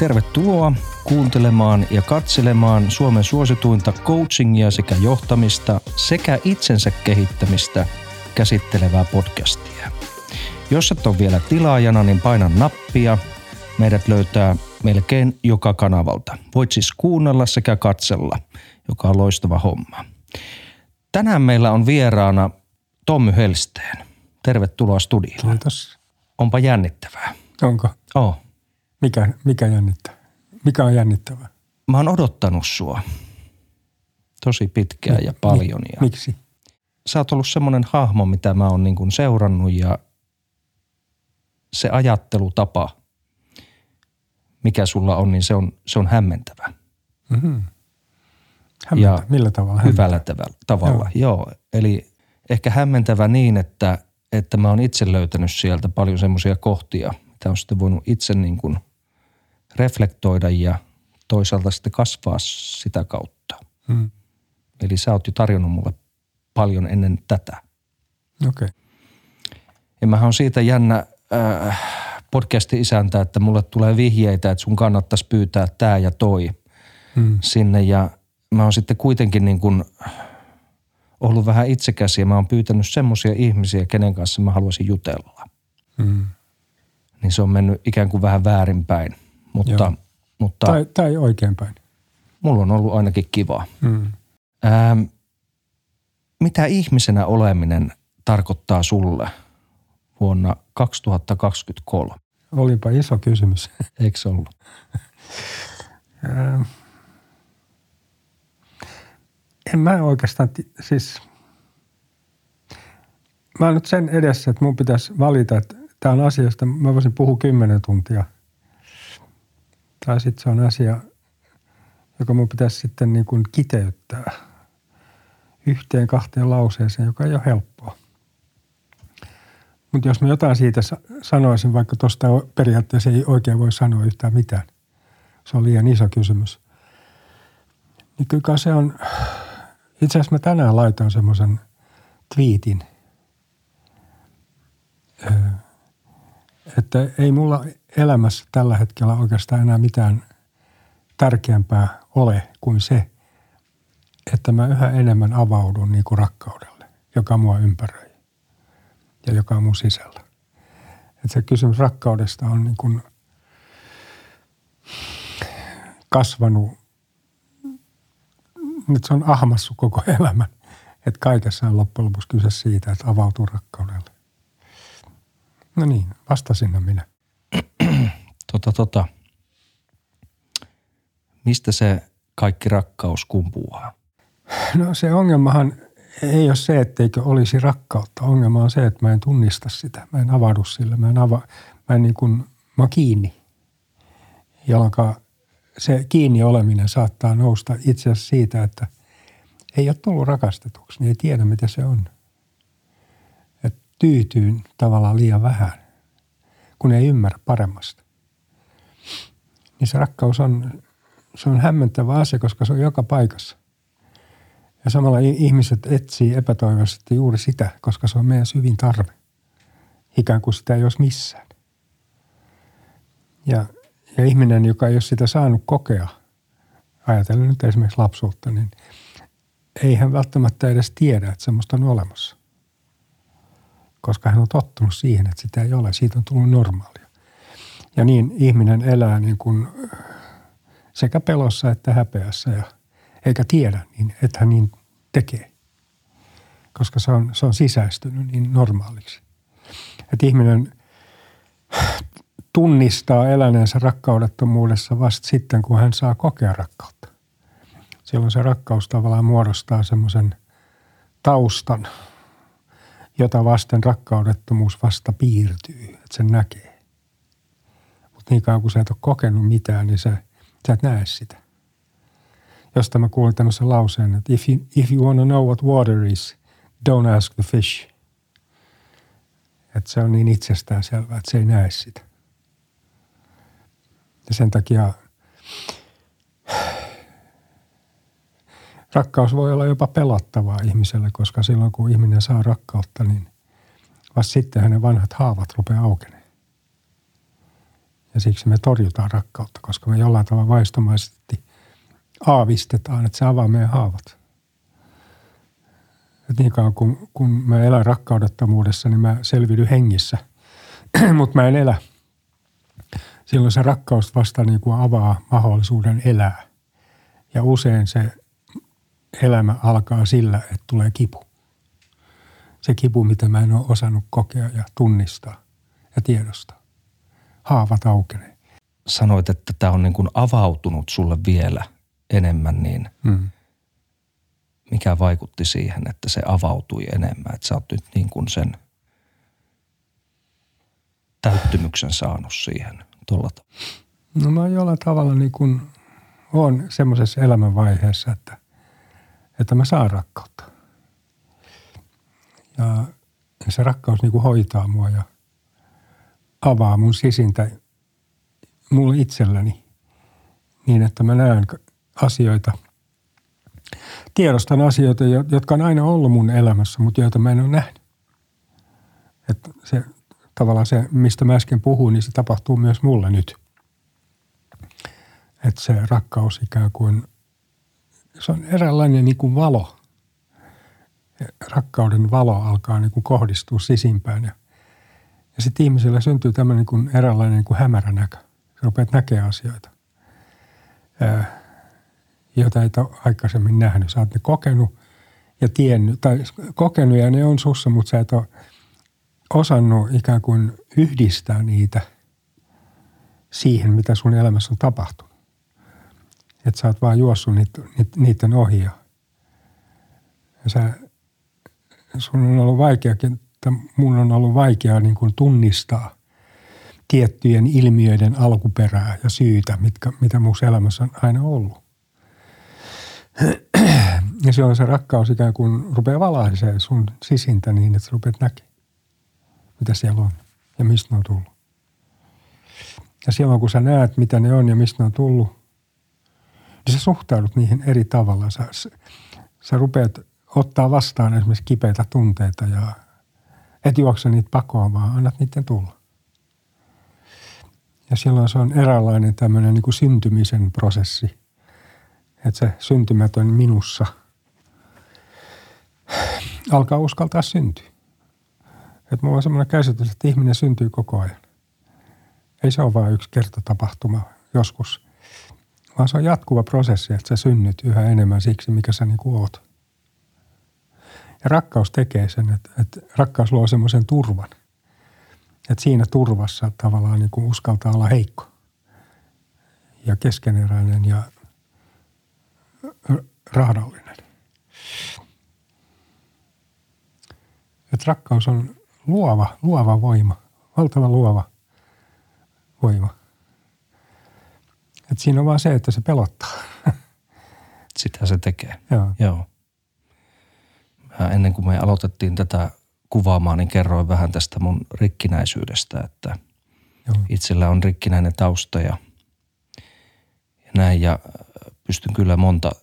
Tervetuloa kuuntelemaan ja katselemaan Suomen suosituinta coachingia sekä johtamista sekä itsensä kehittämistä käsittelevää podcastia. Jos et ole vielä tilaajana, niin paina nappia. Meidät löytää melkein joka kanavalta. Voit siis kuunnella sekä katsella, joka on loistava homma. Tänään meillä on vieraana Tommy Hellsten. Tervetuloa studioon. Kiitos. Onpa jännittävää. Onko? Oo. Mikä jännittää? Mikä on jännittävää? Mä oon odottanut sua tosi pitkään ja paljon. Miksi? Sä oot ollut semmoinen hahmo, mitä mä oon niin kuin seurannut ja se ajattelutapa, mikä sulla on, niin se on hämmentävä. Mm-hmm. Ja millä tavalla? Hyvällä tavalla, joo. Eli ehkä hämmentävä niin, että mä oon itse löytänyt sieltä paljon semmoisia kohtia, mitä on sitten voinut itse niin kuin reflektoida ja toisaalta sitten kasvaa sitä kautta. Mm. Eli sä oot jo tarjonnut mulle paljon ennen tätä. Okei. Ja mähän on siitä jännä podcastin isäntä, että mulle tulee vihjeitä, että sun kannattaisi pyytää tää ja toi sinne. Ja mä oon sitten kuitenkin niin kuin ollut vähän itsekäs ja mä oon pyytänyt semmoisia ihmisiä, kenen kanssa mä haluaisin jutella. Mm. Niin se on mennyt ikään kuin vähän väärinpäin, mutta tai oikeinpäin. Mulla on ollut ainakin kiva. Mm. Mitä ihmisenä oleminen tarkoittaa sulle vuonna 2023? Olipa iso kysymys. Eikö se ollut? En mä oikeastaan, mä oon nyt sen edessä, että mun pitäisi valita, että tää on asia, josta mä voisin puhua 10 tuntia. Tai sitten se on asia, joka mun pitäisi sitten niin kuin kiteyttää 1-2 lauseeseen, joka ei ole helppoa. Mutta jos mä jotain siitä sanoisin, vaikka tuosta periaatteessa ei oikein voi sanoa yhtään mitään. Se on liian iso kysymys. Niin kyllä se on, itse asiassa mä tänään laitoin semmoisen twiitin, että ei mulla elämässä tällä hetkellä oikeastaan enää mitään tärkeämpää ole kuin se, että mä yhä enemmän avaudun niin kuin rakkaudelle, joka mua ympäröi ja joka on mun sisällä. Että se kysymys rakkaudesta on niin kuin kasvanut, nyt se on ahmassut koko elämän. Että kaikessa on loppujen lopuksi kyse siitä, että avautuu rakkaudelle. No niin, vastasinna minä. Mistä se kaikki rakkaus kumpuaa? No se ongelmahan ei ole se, etteikö olisi rakkautta. Ongelma on se, että mä en tunnista sitä. Mä en avaudu sille. Mä oon kiinni. Jolloin se kiinni oleminen saattaa nousta itse asiassa siitä, että ei ole tullut rakastetuksi. Niin ei tiedä, mitä se on. Et tyytyy tavallaan liian vähän, kun ei ymmärrä paremmasta. Niin se rakkaus se on hämmentävä asia, koska se on joka paikassa. Ja samalla ihmiset etsii epätoivoisesti juuri sitä, koska se on meidän syvin tarve. Ikään kuin sitä ei olisi missään. Ja ihminen, joka ei ole sitä saanut kokea, ajatellen nyt esimerkiksi lapsuutta, niin ei hän välttämättä edes tiedä, että semmoista on olemassa. Koska hän on tottunut siihen, että sitä ei ole. Siitä on tullut normaalia. Ja niin ihminen elää niin kuin sekä pelossa että häpeässä eikä tiedä, niin että hän niin tekee. Koska se on sisäistynyt niin normaaliksi. Että ihminen tunnistaa eläneensä rakkaudettomuudessa vasta sitten, kun hän saa kokea rakkautta. Silloin se rakkaus tavallaan muodostaa semmoisen taustan, jota vasten rakkaudettomuus vasta piirtyy, että sen näkee. Mutta niin kauan kun sä et ole kokenut mitään, niin sä et näe sitä. Josta mä kuulin tämmöisen lauseen, että if you want to know what water is, don't ask the fish. Että se on niin itsestään selvää, että se ei näe sitä. Ja sen takia rakkaus voi olla jopa pelottavaa ihmiselle, koska silloin kun ihminen saa rakkautta, niin vasta sitten hänen vanhat haavat rupeaa aukenemaan. Ja siksi me torjutaan rakkautta, koska me jollain tavalla vaistomaisesti aavistetaan, että se avaa meidän haavat. Et niin kauan kun mä elän rakkaudettomuudessa, niin mä selviydy hengissä, mutta mä en elä. Silloin se rakkaus vasta niin kuin avaa mahdollisuuden elää. Ja usein se elämä alkaa sillä, että tulee kipu. Se kipu, mitä mä en ole osannut kokea ja tunnistaa ja tiedostaa. Haavat aukenee. Sanoit, että tämä on niin kuin avautunut sulle vielä enemmän, niin mikä vaikutti siihen, että se avautui enemmän? Että sä oot nyt niin kuin sen täyttymyksen saanut siihen tuolla tavalla. No mä jollain tavalla niin kuin olen semmoisessa elämänvaiheessa, että mä saan rakkautta. Ja se rakkaus niin kuin hoitaa mua ja avaa mun sisintä mulle itselläni niin, että mä näen asioita, tiedostan asioita, jotka on aina ollut mun elämässä, mutta joita mä en ole nähnyt. Että se tavallaan se, mistä mä äsken puhuin, niin se tapahtuu myös mulle nyt. Että se rakkaus ikään kuin, se on eräänlainen niin kuin valo. Rakkauden valo alkaa niin kuin kohdistua sisimpään ja sitten ihmisellä syntyy tämmöinen niin kuin eräänlainen niin kuin hämärä näkö. Sä rupeat näkemään asioita, joita et ole aikaisemmin nähnyt. Sä oot ne kokenut ja tiennyt, tai kokenut ja ne on sussa, mutta sä et ole osannut ikään kuin yhdistää niitä siihen, mitä sun elämässä on tapahtunut. Että sä oot vaan juossut niiden ohi ja sun on ollut vaikeakin, että mun on ollut vaikeaa niin kuin tunnistaa tiettyjen ilmiöiden alkuperää ja syytä, mitä mun elämässä on aina ollut. Ja silloin se rakkaus ikään kuin rupeaa valaisemaan sun sisintä niin, että sä rupeat näkemään, mitä siellä on ja mistä ne on tullut. Ja silloin kun sä näet, mitä ne on ja mistä ne on tullut, niin sä suhtaudut niihin eri tavalla. Sä rupeat ottaa vastaan esimerkiksi kipeitä tunteita ja et juokse niitä pakoon, vaan annat niiden tulla. Ja silloin se on eräänlainen tämmöinen niin kuin syntymisen prosessi. Että se syntymätön minussa alkaa uskaltaa syntyä. Että mulla on semmoinen käsitys, että ihminen syntyy koko ajan. Ei se ole vain yksi kertatapahtuma joskus, vaan se on jatkuva prosessi, että sä synnyt yhä enemmän siksi, mikä sä niin kuin oot. Ja rakkaus tekee sen, että rakkaus luo semmoisen turvan. Että siinä turvassa tavallaan niin kuin uskaltaa olla heikko ja keskeneräinen ja rahdallinen. Että rakkaus on luova voima, valtava luova voima. Että siinä on vaan se, että se pelottaa. Sitä se tekee. Joo. Ennen kuin me aloitettiin tätä kuvaamaan, niin kerroin vähän tästä mun rikkinäisyydestä, että itsellä on rikkinäinen tausta ja näin. Ja pystyn kyllä monta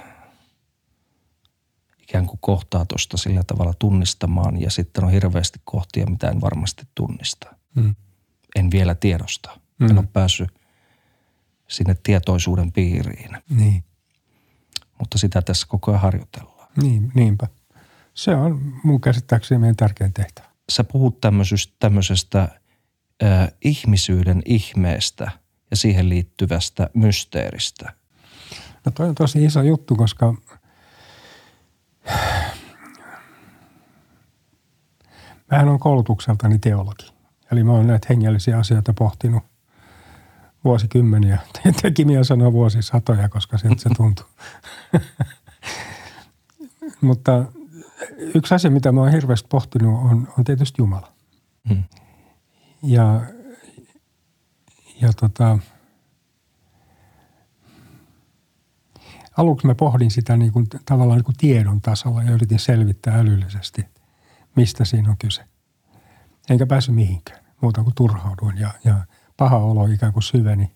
ikään kuin kohtaa tuosta sillä tavalla tunnistamaan ja sitten on hirveästi kohtia, mitä en varmasti tunnista. En vielä tiedosta. En ole päässyt sinne tietoisuuden piiriin. Niin. Mutta sitä tässä koko ajan harjoitellaan. Niinpä. Se on mun käsittääkseni meidän tärkein tehtävä. Sä puhut tämmöisestä ihmisyyden ihmeestä ja siihen liittyvästä mysteeristä. No toi on tosi iso juttu, koska mähän on koulutukseltani teologi. Eli mä oon näitä hengellisiä asioita pohtinut vuosikymmeniä. Tekimiä sanoo vuosisatoja, koska siltä se tuntuu. Mutta yksi asia, mitä mä oon hirveästi pohtinut, on tietysti Jumala. Ja aluksi mä pohdin sitä niin kuin, tavallaan niin kuin tiedon tasolla ja yritin selvittää älyllisesti, mistä siinä on kyse. Enkä päässyt mihinkään, muuta kuin turhauduin ja paha olo ikään kuin syveni.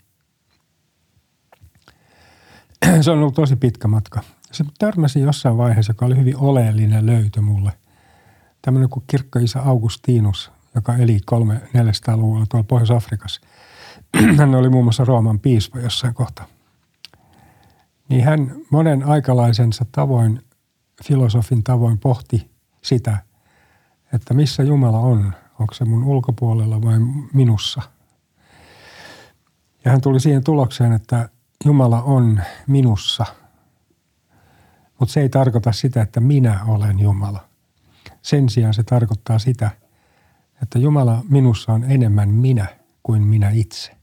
Se on ollut tosi pitkä matka. Sitten törmäsin jossain vaiheessa, joka oli hyvin oleellinen löytö mulle. Tämmöinen kuin kirkkoisä Augustinus, joka eli 300-400-luvulla tuolla Pohjois-Afrikassa. hän oli muun muassa Rooman piispa jossain kohtaa. Niin hän monen aikalaisensa tavoin, filosofin tavoin pohti sitä, että missä Jumala on. Onko se mun ulkopuolella vai minussa? Ja hän tuli siihen tulokseen, että Jumala on minussa. Mutta se ei tarkoita sitä, että minä olen Jumala. Sen sijaan se tarkoittaa sitä, että Jumala minussa on enemmän minä kuin minä itse.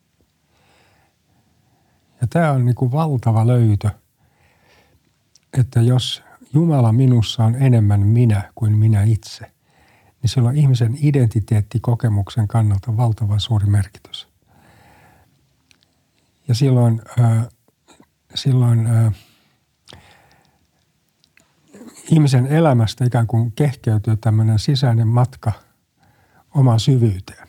Ja tämä on niin kuin valtava löytö, että jos Jumala minussa on enemmän minä kuin minä itse, niin sillä on ihmisen identiteettikokemuksen kannalta valtavan suuri merkitys. Ja silloin ihmisen elämästä ikään kuin kehkeytyy tämmöinen sisäinen matka omaan syvyyteen.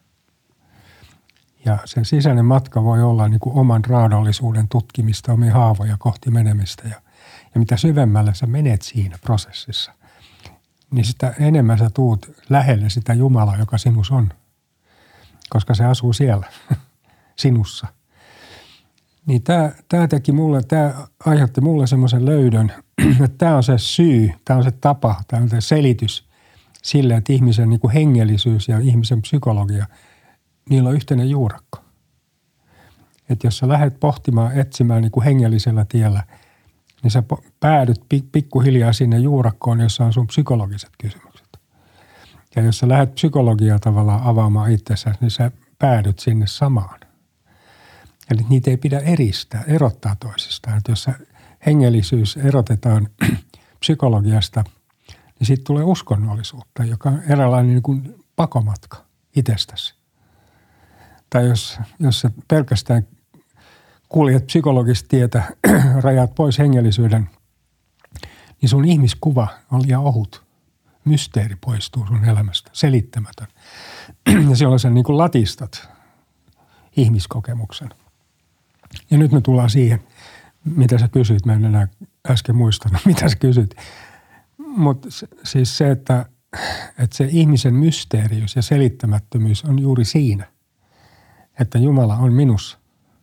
Ja se sisäinen matka voi olla niin kuin oman raadollisuuden tutkimista, omia haavoja kohti menemistä. Ja mitä syvemmälle sä menet siinä prosessissa, niin sitä enemmän sä tuut lähelle sitä Jumalaa, joka sinus on. Koska se asuu siellä, sinussa. Niin tämä aiheutti mulle semmoisen löydön, että tämä on se syy, tämä on se tapa, tämä on se selitys sille, että ihmisen niin kuin hengellisyys ja ihmisen psykologia, niillä on yhteinen juurakko. Että jos sä lähdet pohtimaan, etsimään niin kuin hengellisellä tiellä, niin sä päädyt pikkuhiljaa sinne juurakkoon, jossa on sun psykologiset kysymykset. Ja jos sä lähdet psykologiaa tavallaan avaamaan itsessään, niin sä päädyt sinne samaan. Eli niitä ei pidä erottaa toisistaan. Että jos hengellisyys erotetaan psykologiasta, niin siitä tulee uskonnollisuutta, joka on eräänlainen niin kuin pakomatka itsestäsi. Tai jos sä pelkästään kuljet psykologista tietä, rajat pois hengellisyyden, niin sun ihmiskuva on liian ohut. Mysteeri poistuu sun elämästä, selittämätön. Ja silloin sä niin kuin latistat ihmiskokemuksen. Ja nyt me tullaan siihen, mitä sä kysyit. Mä en enää äsken muistanut, mitä sä kysyit. Mutta siis se, että se ihmisen mysteeriys ja selittämättömyys on juuri siinä, että Jumala on minussa.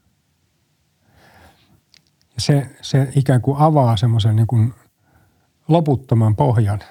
Ja se ikään kuin avaa semmoisen niin kuin loputtoman pohjan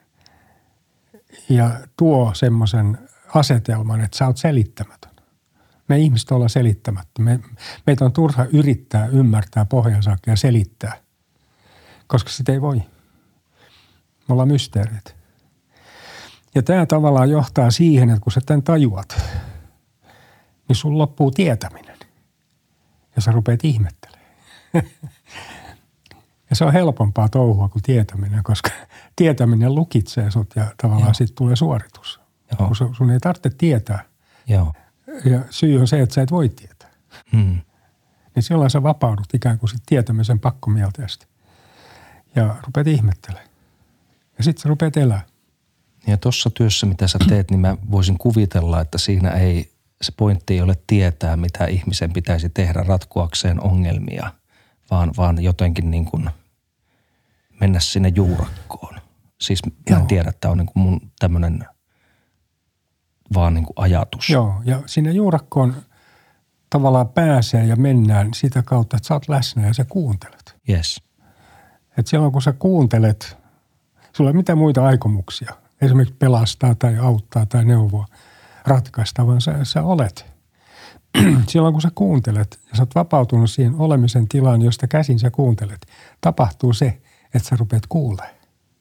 ja tuo semmoisen asetelman, että sä oot selittämätön. Me ihmiset ollaan selittämättä. Meitä on turha yrittää ymmärtää pohjan saakka ja selittää, koska sitä ei voi. Me ollaan mysteereitä. Ja tämä tavallaan johtaa siihen, että kun sä tämän tajuat, niin sun loppuu tietäminen. Ja sä rupeat ihmettelemään. Ja se on helpompaa touhua kuin tietäminen, koska tietäminen lukitsee sut ja tavallaan sitten tulee suoritus. Joo. Kun sun ei tarvitse tietää. Joo. Ja syy on se, että sä et voi tietää. Niin silloin sä vapaudut ikään kuin sit tietämisen pakkomielteesti. Ja rupeat ihmettelemään. Ja sitten sä rupeat elää. Ja tuossa työssä, mitä sä teet, niin mä voisin kuvitella, että siinä se pointti ei ole tietää, mitä ihmisen pitäisi tehdä ratkoakseen ongelmia, vaan jotenkin niin kuin mennä sinne juurakkoon. Siis mä en tiedä, että tämä on niin kuin mun tämmöinen vaan niin kuin ajatus. Joo, ja sinne juurakkoon tavallaan pääsee ja mennään sitä kautta, että sä oot läsnä ja sä kuuntelet. Yes. Että silloin kun sä kuuntelet, sulla ei ole mitään muita aikomuksia. Esimerkiksi pelastaa tai auttaa tai neuvoa, ratkaista, vaan sä olet. Silloin kun sä kuuntelet ja sä oot vapautunut siihen olemisen tilaan, josta käsin sä kuuntelet, tapahtuu se, että sä rupeat kuulemaan.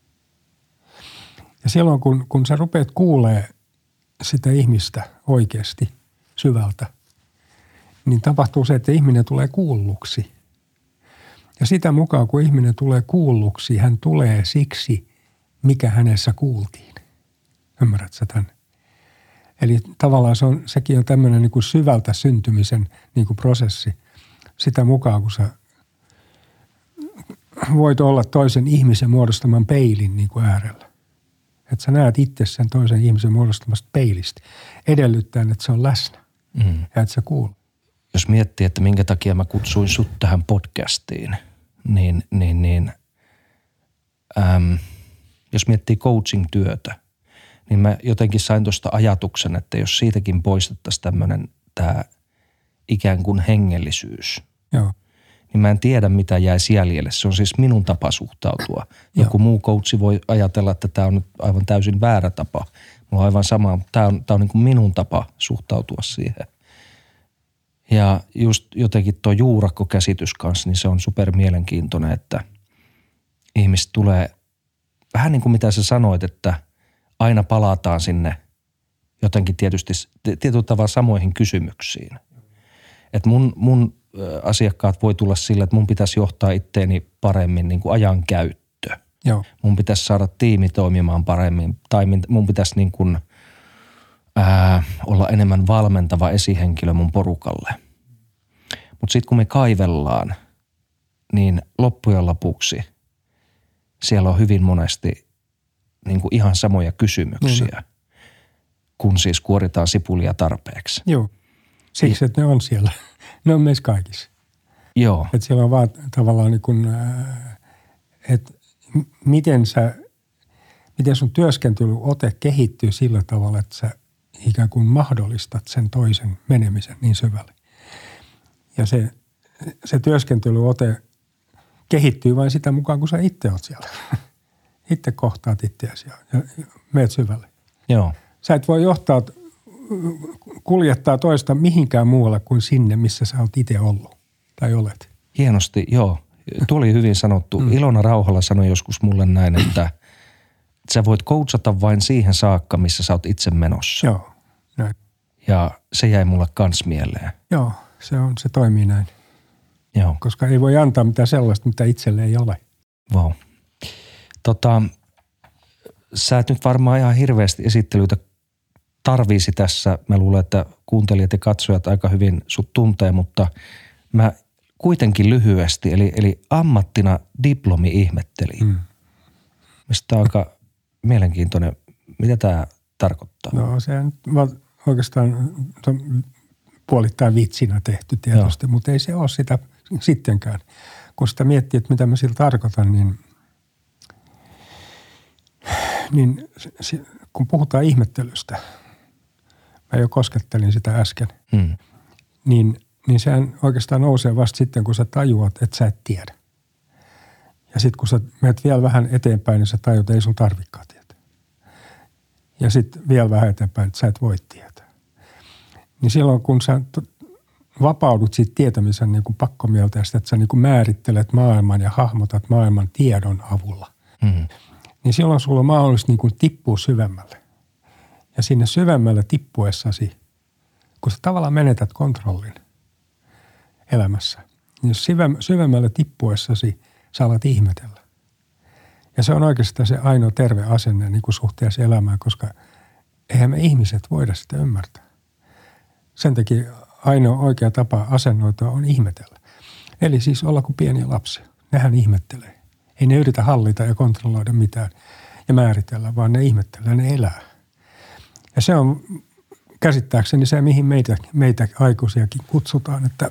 Ja silloin kun sä rupeat kuulemaan sitä ihmistä oikeasti syvältä, niin tapahtuu se, että ihminen tulee kuulluksi. Ja sitä mukaan, kun ihminen tulee kuulluksi, hän tulee siksi, mikä hänessä kuultiin. Ymmärrät sä tämän? Eli tavallaan sekin on tämmöinen niin kuin syvältä syntymisen niin kuin prosessi. Sitä mukaan, kun sä voit olla toisen ihmisen muodostaman peilin niin kuin äärellä. Että sä näet itse sen toisen ihmisen muodostamasta peilistä. Edellyttäen, että se on läsnä ja että se kuuluu. Jos miettii, että minkä takia mä kutsuin sut tähän podcastiin, niin jos miettii coaching-työtä, niin mä jotenkin sain tuosta ajatuksen, että jos siitäkin poistettaisiin tämmöinen tämä ikään kuin hengellisyys. Joo. Niin mä en tiedä, mitä jäisi jäljelle. Se on siis minun tapa suhtautua. Joku muu coachi voi ajatella, että tämä on nyt aivan täysin väärä tapa. Mulla on aivan sama, tämä on niin kuin minun tapa suhtautua siihen. Ja just jotenkin tuo juurakkokäsitys kanssa, niin se on super mielenkiintoinen, että ihmiset tulee, vähän niin kuin mitä sä sanoit, että aina palataan sinne jotenkin tietyllä tavalla samoihin kysymyksiin. Että mun asiakkaat voi tulla sillä, että mun pitäisi johtaa itteeni paremmin niin kuin ajan käyttö. Joo. Mun pitäisi saada tiimi toimimaan paremmin tai mun pitäisi niin kuin, olla enemmän valmentava esihenkilö mun porukalle. Mutta sitten kun me kaivellaan, niin loppujen lopuksi siellä on hyvin monesti niin kuin ihan samoja kysymyksiä, kun siis kuoritaan sipulia tarpeeksi. Joo, siksi että ne on siellä. Ne on meissä kaikissa. Joo. Että siellä on vaan tavallaan niin kuin, että miten sun työskentelyote kehittyy sillä tavalla, että sä ikään kuin mahdollistat sen toisen menemisen niin syvälle. Ja se työskentelyote kehittyy vain sitä mukaan, kun sä itse oot siellä. Itse kohtaat itseäsi ja meet syvälle. Joo. Sä et voi kuljettaa toista mihinkään muualle kuin sinne, missä sä oot itse ollut tai olet. Hienosti, joo. Tuo oli hyvin sanottu. Ilona Rauhala sanoi joskus mulle näin, että sä voit coachata vain siihen saakka, missä sä oot itse menossa. Joo, näin. Ja se jäi mulle kans mieleen. Joo, se toimii näin. Joo. Koska ei voi antaa mitään sellaista, mitä itselle ei ole. Vau. Sä et nyt varmaan ihan hirveästi esittelyitä tarvisi tässä. Mä luulen, että kuuntelijat ja katsojat aika hyvin sut tuntee, mutta mä kuitenkin lyhyesti, eli ammattina diplomi-ihmettelijä. Mistä on aika mielenkiintoinen. Mitä tämä tarkoittaa? No se on oikeastaan puolittain vitsinä tehty tietysti, mutta ei se ole sitä sittenkään. Kun sitä miettii, että mitä mä sillä tarkoitan, niin kun puhutaan ihmettelystä, mä jo koskettelin sitä äsken, niin sehän oikeastaan nousee vasta sitten, kun sä tajuat, että sä et tiedä. Ja sitten kun sä menet vielä vähän eteenpäin, niin sä tajut, että ei sun tarvikaan tietää. Ja sitten vielä vähän eteenpäin, että sä et voi tietää. Niin silloin, kun sä vapaudut siitä tietämisen niin kuin pakkomieltä ja sitä, että sä niin kuin määrittelet maailman ja hahmotat maailman tiedon avulla, niin silloin sulla on mahdollista niin kuin tippua syvemmälle. Ja sinne syvemmälle tippuessasi, kun sä tavallaan menetät kontrollin elämässä, niin syvemmälle tippuessasi sä alat ihmetellä. Ja se on oikeastaan se ainoa terve asenne niin kuin suhteessa elämään, koska eihän me ihmiset voida sitä ymmärtää. Sen takia ainoa oikea tapa asennoitua on ihmetellä. Eli siis olla kuin pieni lapsi. Nehän ihmettelee. Ei ne yritä hallita ja kontrolloida mitään ja määritellä, vaan ne ihmettelee, ne elää. Ja se on käsittääkseni se, mihin meitä aikuisiakin kutsutaan, että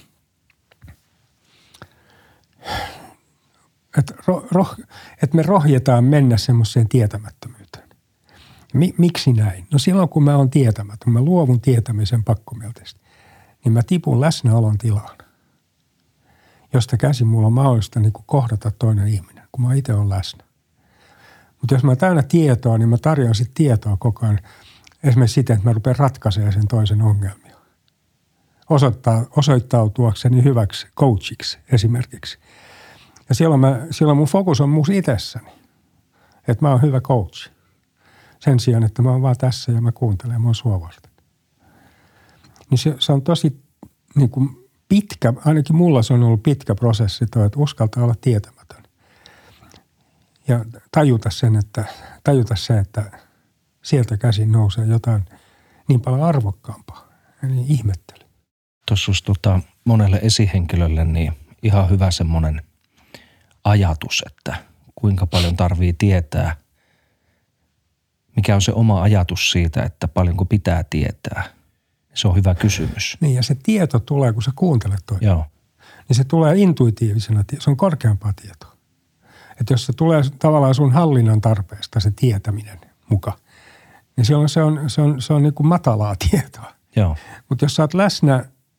me rohjetaan mennä semmoiseen tietämättömyyteen. Miksi näin? No silloin, kun mä oon tietämätön, mä luovun tietämisen pakkomielteisesti, niin mä tipun läsnäolon tilaan, josta käsin mulla on mahdollista niin kuin kohdata toinen ihminen, kun mä itse olen läsnä. Mutta jos mä täynnä tietoa, niin mä tarjoan sitten tietoa koko ajan. Esimerkiksi siten, että mä rupean ratkaisemaan sen toisen ongelmia. Osoittautuakseni hyväksi coachiksi esimerkiksi. Ja silloin mun fokus on mun itsessäni. Että mä oon hyvä coach. Sen sijaan, että mä oon vaan tässä ja mä kuuntelen, mä oon sua varten. Niin se on tosi niin kuin pitkä, ainakin mulla se on ollut pitkä prosessi toi, että uskaltaa olla tietämätön. Ja tajuta se, että sieltä käsin nousee jotain niin paljon arvokkaampaa. Eli ihmettely. Tuossa olisi monelle esihenkilölle niin ihan hyvä semmoinen ajatus, että kuinka paljon tarvii tietää. Mikä on se oma ajatus siitä, että paljonko pitää tietää? Se on hyvä kysymys. Niin ja se tieto tulee, kun sä kuuntelet toista. Joo. Niin se tulee intuitiivisena, se on korkeampaa tietoa. Että jos se tulee tavallaan sun hallinnan tarpeesta, se tietäminen mukaan, niin silloin se on niin kuin matalaa tietoa. Joo. Mutta jos sä oot läsnä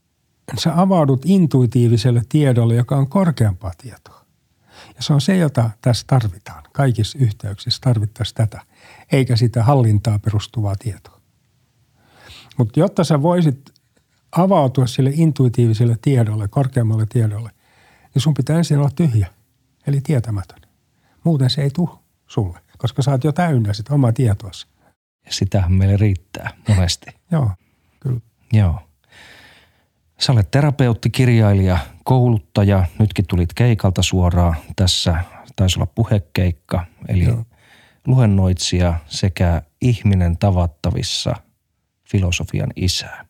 sä avaudut intuitiiviselle tiedolle, joka on korkeampaa tietoa. Ja se on se, jota tässä tarvitaan. Kaikissa yhteyksissä tarvittaisiin tätä, eikä sitä hallintaa perustuvaa tietoa. Mutta jotta sä voisit avautua sille intuitiiviselle tiedolle, korkeammalle tiedolle, niin sun pitää ensin olla tyhjä, eli tietämätön. Muuten se ei tule sulle, koska sä oot jo täynnä sitä omaa tietoasi. Ja sitähän meille riittää monesti. Joo, kyllä. Joo. Sä olet terapeutti, kirjailija, kouluttaja. Nytkin tulit keikalta suoraan. Tässä taisi olla puhekeikka, eli Joo. luennoitsija sekä ihminen tavattavissa filosofian isä.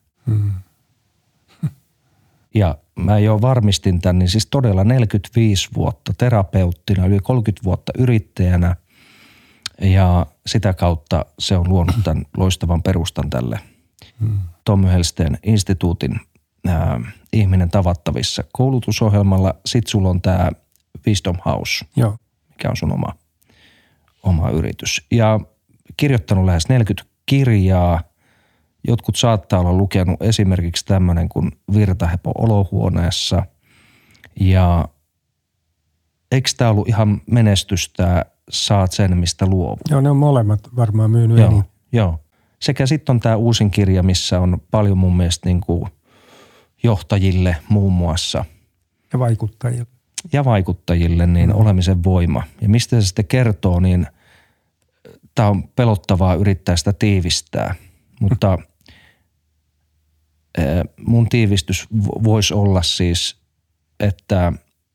Ja mä jo varmistin tämän, niin siis todella 45 vuotta terapeuttina, yli 30 vuotta yrittäjänä ja sitä kautta se on luonut tämän loistavan perustan tälle Tom Helsteen instituutin ihminen tavattavissa koulutusohjelmalla. Sitten sulla on tämä Wisdom House, Joo. mikä on sun oma yritys. Ja kirjoittanut lähes 40 kirjaa. Jotkut saattaa olla lukenut esimerkiksi tämmöinen kuin Virtahepo olohuoneessa. Ja eikö tämä ollut ihan menestystä, saat sen mistä luovut? Joo, ne on molemmat varmaan myynyt eniten. Joo. Sekä sitten on tämä uusin kirja, missä on paljon mun mielestä niin kuin johtajille muun muassa. Ja vaikuttajille niin olemisen voima. Ja mistä se sitten kertoo, niin tämä on pelottavaa yrittää sitä tiivistää. Mutta mun tiivistys voisi olla siis, että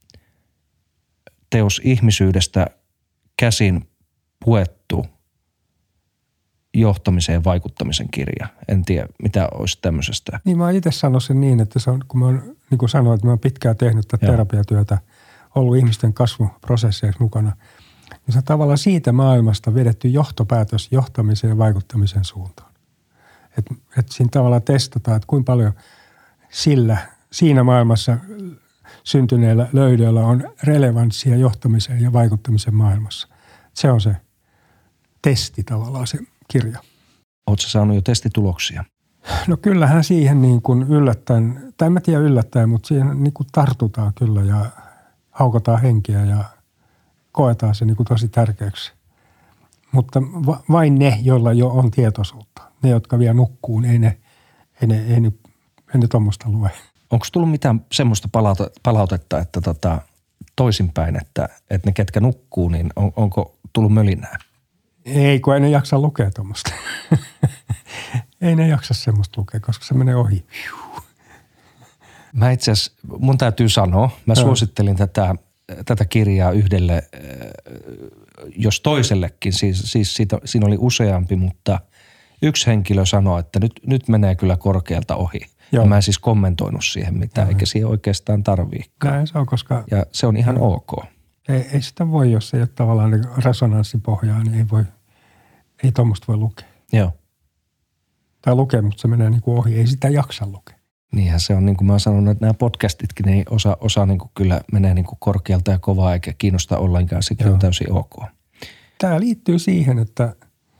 teos ihmisyydestä käsin puettu johtamisen ja vaikuttamisen kirja. En tiedä, mitä olisi tämmöisestä. Niin mä itse sanon sen niin, että se on, kun mä oon, niin kuin sanoin, että mä oon pitkään tehnyt tätä terapiatyötä, ollut ihmisten kasvuprosesseissa mukana, niin se on tavallaan siitä maailmasta vedetty johtopäätös johtamisen ja vaikuttamisen suuntaan. Että siinä tavallaan testataan, että kuinka paljon siinä maailmassa syntyneillä löydöillä on relevanssia johtamisen ja vaikuttamisen maailmassa. Se on se testi tavallaan, se kirja. Oletko saanut jo testituloksia? No kyllähän siihen niin kuin yllättäen, tai en mä tiedä yllättäen, mutta siihen niin kuin tartutaan kyllä ja haukotaan henkeä ja koetaan se niin kuin tosi tärkeäksi. Mutta vain ne, joilla jo on tietoisuutta. Ne, jotka vielä nukkuu, ei ne tuommoista lue. Onko tullut mitään semmoista palautetta, että toisinpäin, että ne ketkä nukkuu, niin onko tullut mölinää? Ei, kun ei ne jaksa lukea tuommoista. Ei ne jaksa semmoista lukea, koska se menee ohi. Mä itse asiassa, mun täytyy sanoa, mä suosittelin tätä kirjaa yhdelle, jos toisellekin, siis siinä oli useampi, mutta yksi henkilö sanoi, että nyt menee kyllä korkealta ohi. Ja mä en siis kommentoinut siihen mitään, eikä siihen oikeastaan tarviikaan. Näin se on, koska ja se on ihan ok. Ei sitä voi, jos ei ole tavallaan resonanssipohjaa, niin ei tuommoista voi lukea. Joo. Tai lukee, mutta se menee niin kuin ohi, ei sitä jaksa lukea. Niinhän se on, niin kuin mä oon sanonut, että nämä podcastitkin, niin osa niin kuin kyllä menee niin kuin korkealta ja kovaa eikä kiinnosta ollenkaan, sekin on täysin ok. Tämä liittyy siihen, että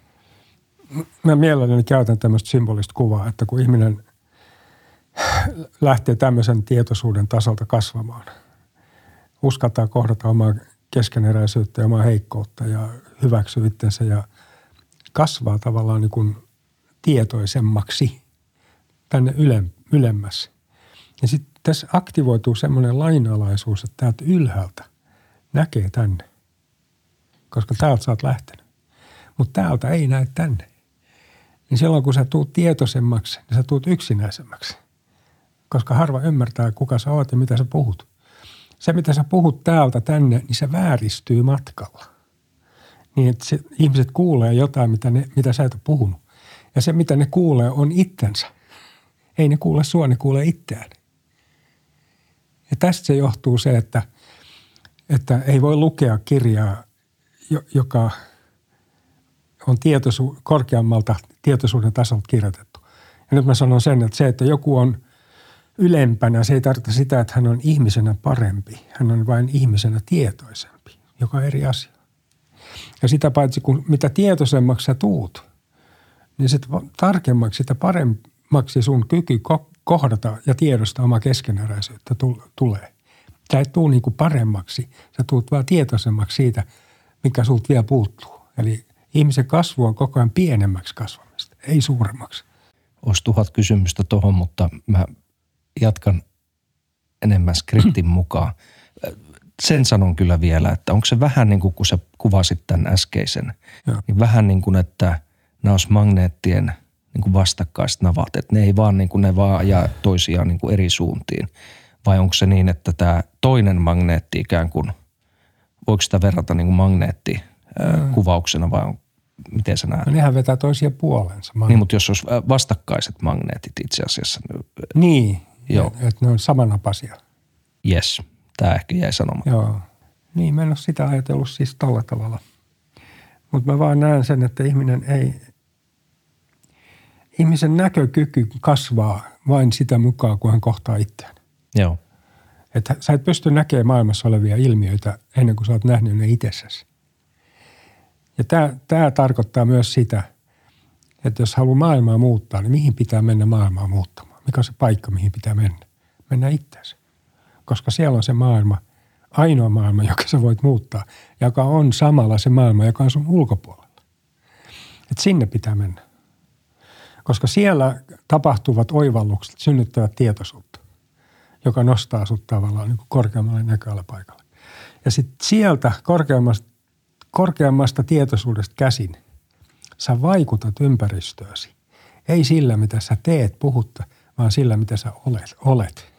mä mielelläni käytän tämmöistä symbolista kuvaa, että kun ihminen lähtee tämmöisen tietoisuuden tasolta kasvamaan, uskaltaa kohdata omaa keskeneräisyyttä ja omaa heikkoutta ja hyväksyä itsensä ja kasvaa tavallaan niin kuin tietoisemmaksi tänne ylemmäs. Ja sitten tässä aktivoituu semmoinen lainalaisuus, että täältä ylhäältä näkee tänne, koska täältä sä oot lähtenyt. Mutta täältä ei näe tänne. Niin silloin kun sä tuut tietoisemmaksi, niin sä tuut yksinäisemmäksi. Koska harva ymmärtää, kuka sä oot ja mitä sä puhut. Se, mitä sä puhut täältä tänne, niin se vääristyy matkalla. Niin, että ihmiset kuulee jotain, mitä sä et ole puhunut. Ja se, mitä ne kuulee, on itsensä. Ei ne kuule sua, ne kuulee itseään. Ja tästä se johtuu se, että ei voi lukea kirjaa, joka on korkeammalta tietoisuuden tasolta kirjoitettu. Ja nyt mä sanon sen, että se, että joku on ylempänä, se ei tarkoita sitä, että hän on ihmisenä parempi. Hän on vain ihmisenä tietoisempi, joka on eri asia. Ja sitä paitsi, kun mitä tietoisemmaksi sä tuut, niin sitä tarkemmaksi, sitä paremmaksi sun kyky kohdata ja tiedostaa oma keskeneräisyyttä tulee. Sä et tule niin kuin paremmaksi, sä tulet vaan tietoisemmaksi siitä, mikä sulta vielä puuttuu. Eli ihmisen kasvu on koko ajan pienemmäksi kasvamista, ei suuremmaksi. Olisi 1000 kysymystä tuohon, mutta mä jatkan enemmän skriptin mukaan. Sen sanon kyllä vielä, että onko se vähän niin kuin, kun sä kuvasit tämän äskeisen, niin vähän niin kuin, että nämä olisi magneettien niin kuin vastakkaiset navat, että ne ei vaan niin kuin ne vaan ajaa toisiaan niin kuin eri suuntiin. Vai onko se niin, että tämä toinen magneetti ikään kuin, voiko sitä verrata niin kuin magneettikuvauksena vai miten sä näet? No nehän vetää toisia puolensa. Niin, mutta jos olisi vastakkaiset magneetit itse asiassa. Niin, joo. Että ne on samanapaisia. Jes, tämä ehkä jäi sanomaan. Joo, niin mä en ole sitä ajatellut siis tällä tavalla. Mutta mä vaan näen sen, että ihmisen näkökyky kasvaa vain sitä mukaan, kun hän kohtaa itseään. Joo. Että sä et pysty näkemään maailmassa olevia ilmiöitä ennen kuin sä oot nähnyt ne itsessäsi. Ja tämä tarkoittaa myös sitä, että jos haluaa maailmaa muuttaa, niin mihin pitää mennä maailmaa muuttamaan? Mikä on se paikka, mihin pitää mennä? Mennä itseäsi. Koska siellä on se maailma, ainoa maailma, joka sä voit muuttaa, joka on samalla se maailma, joka on sun ulkopuolella. Että sinne pitää mennä. Koska siellä tapahtuvat oivallukset synnyttävät tietoisuutta, joka nostaa sut tavallaan niin kuin korkeammalle näköalapaikalle. Ja sitten sieltä korkeammasta tietoisuudesta käsin sä vaikutat ympäristöösi. Ei sillä, mitä sä teet, puhutta, vaan sillä, mitä sä olet.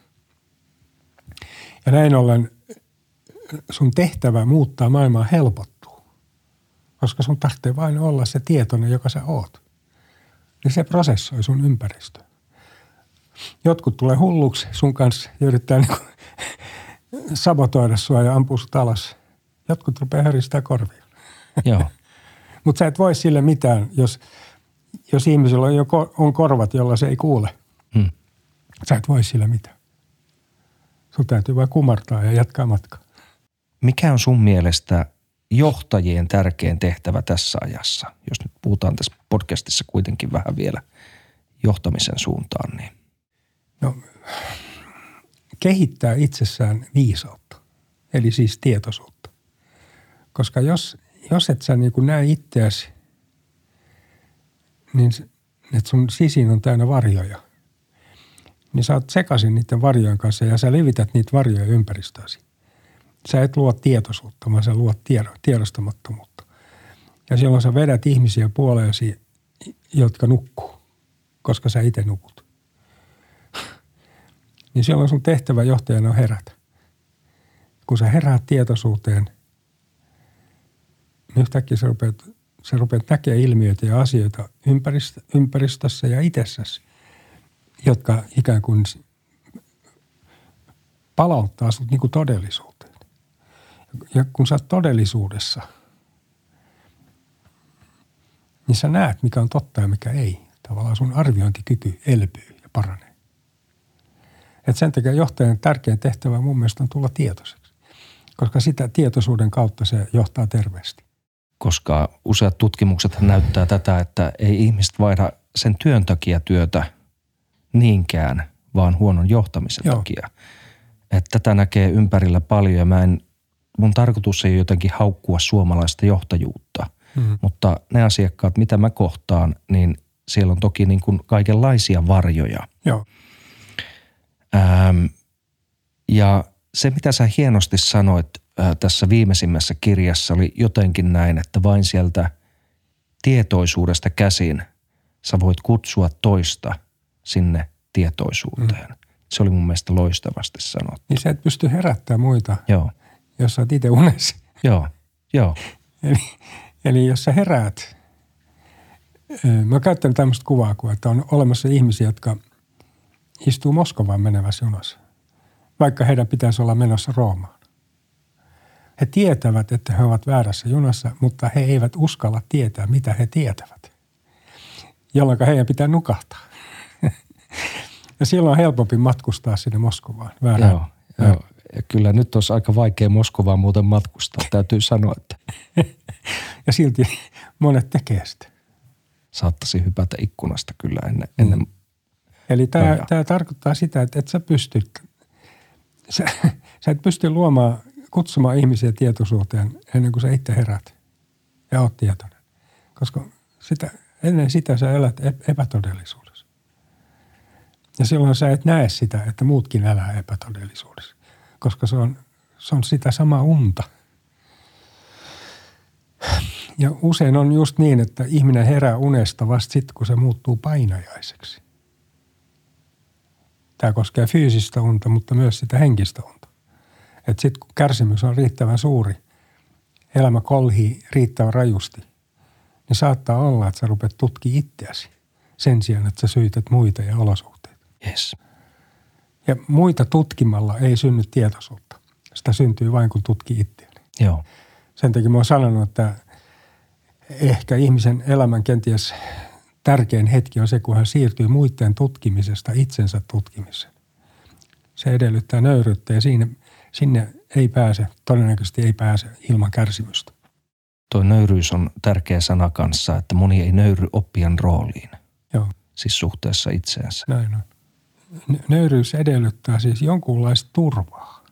Ja näin ollen sun tehtävä muuttaa maailmaa helpottuu, koska sun tarvitsee vain olla se tietoinen, joka sä oot. Niin se prosessoi sun ympäristöä. Jotkut tulee hulluksi sun kanssa ja yrittää niin sabotoida sua ja ampua sut alas. Jotkut rupeaa höristää korvia. Joo. Mutta sä et voi sille mitään, jos ihmisellä on korvat, jolla se ei kuule. Sä et voi sille mitään. Sun täytyy vain kumartaa ja jatkaa matkaa. Mikä on sun mielestä johtajien tärkein tehtävä tässä ajassa? Jos nyt puhutaan tässä podcastissa kuitenkin vähän vielä johtamisen suuntaan, niin. No, kehittää itsessään viisautta, eli siis tietoisuutta. Koska jos et sä niin kuin näe itseäsi, niin että sun sisin on täynnä varjoja, niin sä oot sekaisin niiden varjojen kanssa ja sä levität niitä varjoja ympäristöäsi. Sä et luo tietoisuutta, vaan sä luot tiedostamattomuutta. Ja silloin sä vedät ihmisiä puoleesi, jotka nukkuu, koska sä itse nukut. Niin silloin sun tehtävä johtajana on herätä. Kun sä heräät tietoisuuteen, niin yhtäkkiä sä rupeat näkemään ilmiöitä ja asioita ympäristössä ja itsessäsi, jotka ikään kuin palauttaa sut niin kuin todellisuuteen. Ja kun sä oot todellisuudessa, niin sä näet, mikä on totta ja mikä ei. Tavallaan sun arviointikyky elpyy ja paranee. Et sen takia johtajan tärkein tehtävä mun mielestä on tulla tietoiseksi. Koska sitä tietoisuuden kautta se johtaa terveesti. Koska useat tutkimukset näyttää tätä, että ei ihmiset vaihda sen työn takia työtä niinkään, vaan huonon johtamisen takia. Että tätä näkee ympärillä paljon ja mun tarkoitus ei jotenkin haukkua suomalaista johtajuutta. Mutta ne asiakkaat, mitä mä kohtaan, niin siellä on toki niin kuin kaikenlaisia varjoja. Joo. Ja se, mitä sä hienosti sanoit tässä viimeisimmässä kirjassa, oli jotenkin näin, että vain sieltä tietoisuudesta käsin sä voit kutsua toista sinne tietoisuuteen. Se oli mun mielestä loistavasti sanottu. Niin sä et pysty herättämään muita, Joo. jos sä oot itse unessa. Joo. Eli jos sä heräät, mä käytän tämmöistä kuvaa, että on olemassa ihmisiä, jotka istuu Moskovaan menevässä junassa, vaikka heidän pitäisi olla menossa Roomaan. He tietävät, että he ovat väärässä junassa, mutta he eivät uskalla tietää, mitä he tietävät, jolloin heidän pitää nukahtaa. Ja silloin on helpompi matkustaa sinne Moskovaan. Joo. Ja kyllä nyt olisi aika vaikea Moskovaan muuten matkustaa, täytyy sanoa, että. Ja silti monet tekee sitä. Saattaisi hypätä ikkunasta kyllä ennen Eli tämä tarkoittaa sitä, että et sä et pysty kutsumaan ihmisiä tietoisuuteen ennen kuin sä itse herät ja oot tietoinen. Koska ennen sitä sä elät epätodellisuudessa. Ja silloin sä et näe sitä, että muutkin elää epätodellisuudessa. Koska se on sitä samaa unta. Ja usein on just niin, että ihminen herää unesta vasta sitten, kun se muuttuu painajaiseksi. Tämä koskee fyysistä unta, mutta myös sitä henkistä unta. Että sitten kun kärsimys on riittävän suuri, elämä kolhii riittävän rajusti, niin saattaa olla, että sä rupeat tutkimaan itseäsi sen sijaan, että sä syytät muita ja olosuhteita. Yes. Ja muita tutkimalla ei synny tietoisuutta. Sitä syntyy vain, kun tutkii itseäni. Joo. Sen takia mä oon sanonut, että ehkä ihmisen elämän kenties tärkein hetki on se, kun hän siirtyy muiden tutkimisesta itsensä tutkimiseen. Se edellyttää nöyryyttä ja sinne todennäköisesti ei pääse ilman kärsimystä. Tuo nöyryys on tärkeä sana kanssa, että moni ei nöyry oppijan rooliin. Joo. Siis suhteessa itseensä. Näin on. Nöyryys edellyttää siis jonkunlaista turvaa,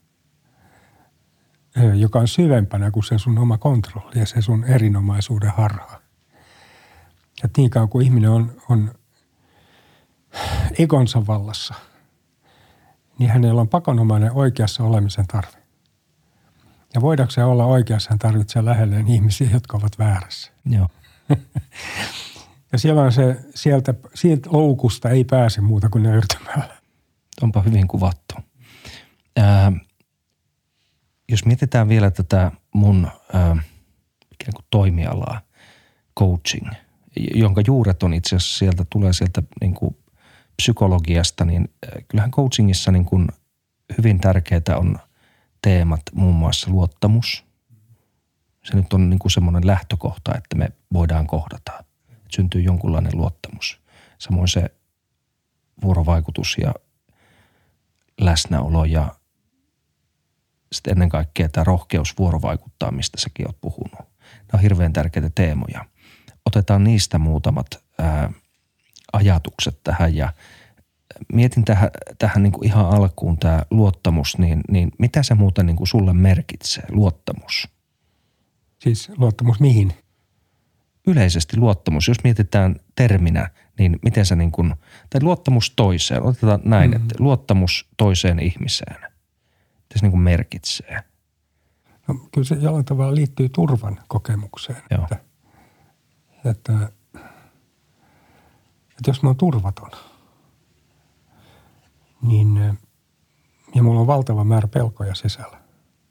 joka on syvempänä kuin se sun oma kontrolli ja se sun erinomaisuuden harha. Ja niin kauan kuin ihminen on egonsa vallassa, niin hänellä on pakonomainen oikeassa olemisen tarve. Ja voidaanko se olla oikeassa, hän tarvitsee lähelleen ihmisiä, jotka ovat väärässä. Joo. Ja silloin sieltä loukusta ei pääse muuta kuin nöyrtymällä. Onpa hyvin kuvattu. Jos mietitään vielä tätä mun ikään kuin toimialaa, coaching, jonka juuret on itse asiassa tulee sieltä niin kuin psykologiasta, niin kyllähän coachingissa niin kuin hyvin tärkeää on teemat, muun muassa luottamus. Se nyt on niin kuin semmoinen lähtökohta, että me voidaan kohdata. Että syntyy jonkunlainen luottamus. Samoin se vuorovaikutus ja läsnäolo ja sitten ennen kaikkea tämä rohkeus vuorovaikuttaa, mistä säkin oot puhunut. Nämä on hirveän tärkeitä teemoja. Otetaan niistä muutamat ajatukset tähän ja mietin tähän niin kuin ihan alkuun tämä luottamus, niin mitä se muuten niin kuin sulle merkitsee, luottamus? Siis luottamus mihin? Yleisesti luottamus, jos mietitään terminä, niin miten se niin kuin, tai luottamus toiseen, otetaan näin, että luottamus toiseen ihmiseen, mitä se niin kuin merkitsee? No, kyllä se jollain tavalla liittyy turvan kokemukseen. Joo. Että jos mä oon turvaton, niin ja mulla on valtava määrä pelkoja sisällä,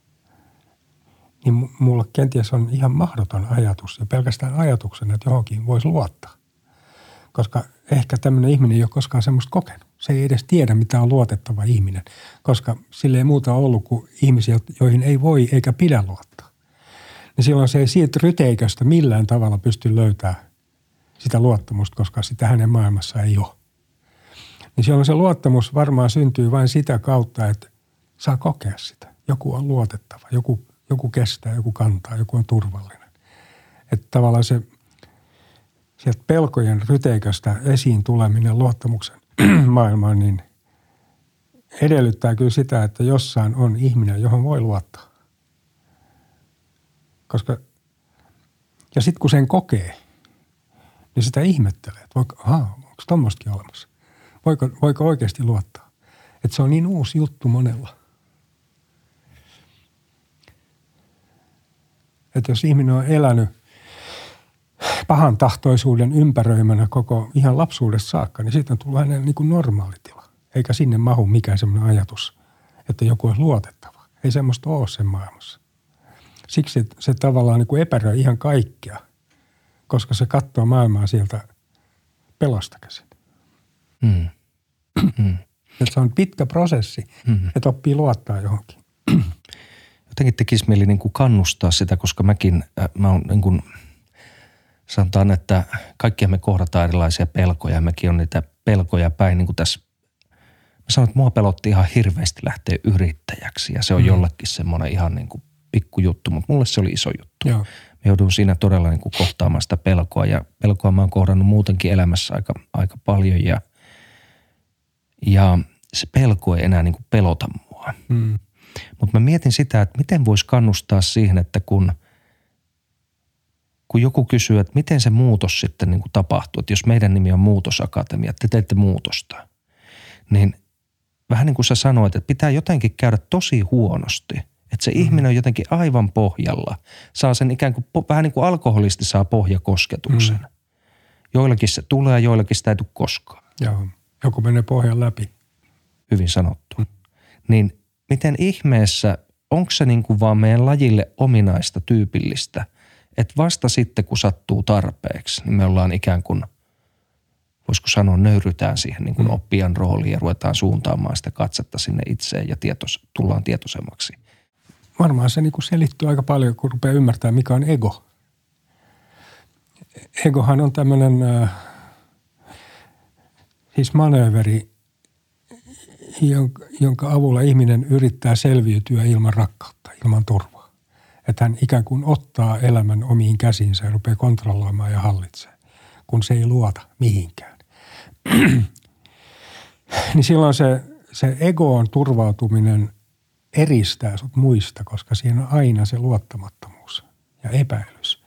niin mulla kenties on ihan mahdoton ajatus ja pelkästään ajatuksena, että johonkin voisi luottaa. Koska ehkä tämmöinen ihminen ei ole koskaan semmoista kokenut. Se ei edes tiedä, mitä on luotettava ihminen, koska sillä ei muuta ollut kuin ihmisiä, joihin ei voi eikä pidä luottaa. Niin silloin se ei siitä ryteiköstä millään tavalla pysty löytämään sitä luottamusta, koska sitä hänen maailmassa ei ole. Niin silloin se luottamus varmaan syntyy vain sitä kautta, että saa kokea sitä. Joku on luotettava, joku kestää, joku kantaa, joku on turvallinen. Että tavallaan se sieltä pelkojen ryteiköstä esiin tuleminen luottamuksen maailmaan, niin edellyttää kyllä sitä, että jossain on ihminen, johon voi luottaa. Ja sitten kun sen kokee, niin sitä ihmettelee, että onko tommostakin olemassa? Voiko oikeasti luottaa? Että se on niin uusi juttu monella. Että jos ihminen on elänyt pahan tahtoisuuden ympäröimänä koko ihan lapsuudesta saakka, niin siitä on tullut hänen niin kuin normaalitila. Eikä sinne mahu mikään semmoinen ajatus, että joku on luotettava. Ei semmoista ole sen maailmassa. Siksi se tavallaan niin kuin epäröi ihan kaikkea, koska se katsoo maailmaa sieltä pelosta käsin. Että se on pitkä prosessi, että oppii luottaa johonkin. Jotenkin tekisi mieli niin kuin kannustaa sitä, koska mä oon niin kuin, sanotaan, että kaikkia me kohdataan erilaisia pelkoja ja mekin on niitä pelkoja päin. Niin kuin tässä, mä sanon, että mua pelotti ihan hirveästi lähteä yrittäjäksi ja se on jollekin semmoinen ihan niin kuin pikkujuttu, mutta mulle se oli iso juttu. Joo. Mä joudun siinä todella niin kuin kohtaamaan sitä pelkoa ja pelkoa mä oon kohdannut muutenkin elämässä aika paljon ja Ja se pelko ei enää niin kuin pelota mua. Mutta mä mietin sitä, että miten voisi kannustaa siihen, että kun joku kysyy, että miten se muutos sitten niin kuin tapahtuu, että jos meidän nimi on Muutosakatemia, te teette muutosta, niin vähän niin kuin sä sanoit, että pitää jotenkin käydä tosi huonosti, että se ihminen on jotenkin aivan pohjalla, saa sen ikään kuin, vähän niin kuin alkoholisti saa pohjakosketuksen. Joillakin se tulee, joillakin sitä ei tule koskaan. Joo, joku menee pohjan läpi. Hyvin sanottu. Niin miten ihmeessä, onko se niin kuin vaan meidän lajille ominaista, tyypillistä, että vasta sitten kun sattuu tarpeeksi, niin me ollaan ikään kuin, voisiko sanoa, nöyrytään siihen niin kuin oppijan rooliin ja ruvetaan suuntaamaan sitä katsetta sinne itseen ja tullaan tietoisemmaksi. Varmaan se niin kuin selittyy aika paljon, kun rupeaa ymmärtämään, mikä on ego. Egohan on tämmöinen siis manööveri, jonka avulla ihminen yrittää selviytyä ilman rakkautta, ilman turvaa. Että hän ikään kuin ottaa elämän omiin käsiinsä ja rupeaa kontrolloimaan ja hallitsemaan, kun se ei luota mihinkään. Niin silloin se egoon turvautuminen eristää sut muista, koska siinä on aina se luottamattomuus ja epäilys.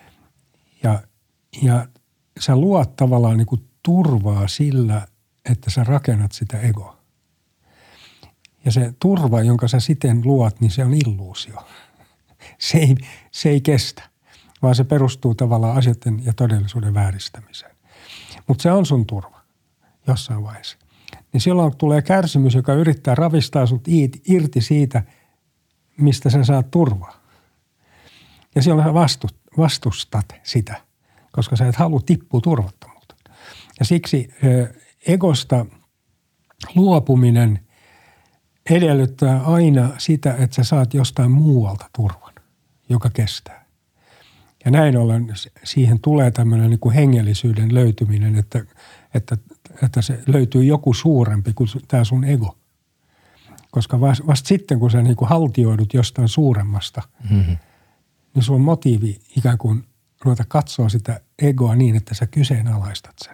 Ja sä luot tavallaan niin kuin turvaa sillä, että sä rakennat sitä egoa. Ja se turva, jonka sä siten luot, niin se on illuusio. Se ei kestä, vaan se perustuu tavallaan asioiden ja todellisuuden vääristämiseen. Mutta se on sun turva jossain vaiheessa. Niin silloin tulee kärsimys, joka yrittää ravistaa sut irti siitä, mistä sä saat turvaa. Ja silloin sä vastustat sitä, koska sä et halua tippua turvattomuuteen. Ja siksi egosta luopuminen edellyttää aina sitä, että sä saat jostain muualta turvan, joka kestää. Ja näin ollen siihen tulee tämmöinen niin kuin hengellisyyden löytyminen, että se löytyy joku suurempi kuin tämä sun ego. Koska vasta sitten, kun sä niin kuin haltioidut jostain suuremmasta, niin sun motiivi ikään kuin ruveta katsoa sitä egoa niin, että sä kyseenalaistat sen.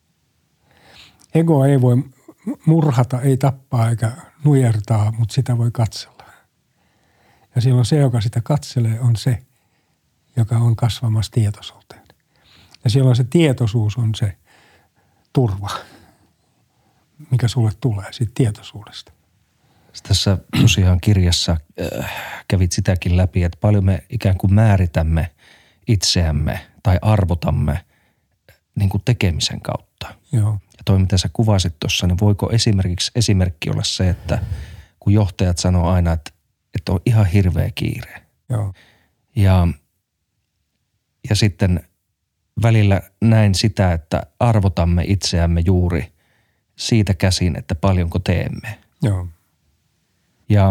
Egoa ei voi murhata, ei tappaa eikä nujertaa, mutta sitä voi katsella. Ja silloin se, joka sitä katselee, on se, joka on kasvamassa tietoisuuteen. Ja silloin se tietoisuus on se turva, mikä sulle tulee siitä tietoisuudesta. Tässä tosiaan kirjassa kävit sitäkin läpi, että paljon me ikään kuin määritämme itseämme tai arvotamme niin kuin tekemisen kautta. Joo. Ja toi, mitä sä kuvasit tuossa, niin voiko esimerkki olla se, että kun johtajat sanoo aina, että on ihan hirveä kiire. Joo. Ja sitten välillä näin sitä, että arvotamme itseämme juuri siitä käsin, että paljonko teemme. Joo. Ja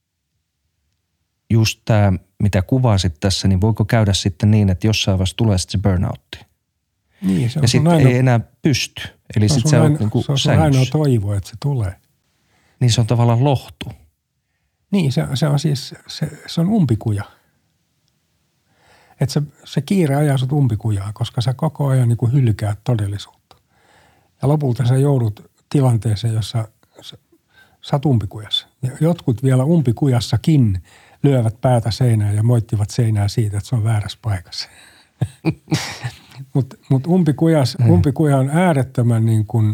just tämä, mitä kuvasit tässä, niin voiko käydä sitten niin, että jossain vaiheessa tulee sitten se burnoutti? Niin, se on ja sitten ei enää pysty. Eli sitten se on niin kuin se on ainoa toivo, että se tulee. Niin se on tavallaan lohtu. Niin, se on siis, se on umpikuja. Että se kiire ajaa sut umpikujaa, koska sä koko ajan niin kuin hylkäät todellisuutta. Ja lopulta sä joudut tilanteeseen, jossa sä oot umpikujassa. Ja jotkut vielä umpikujassakin lyövät päätä seinään ja moittivat seinää siitä, että se on väärässä paikassa. Mut umpikuja on äärettömän niin kuin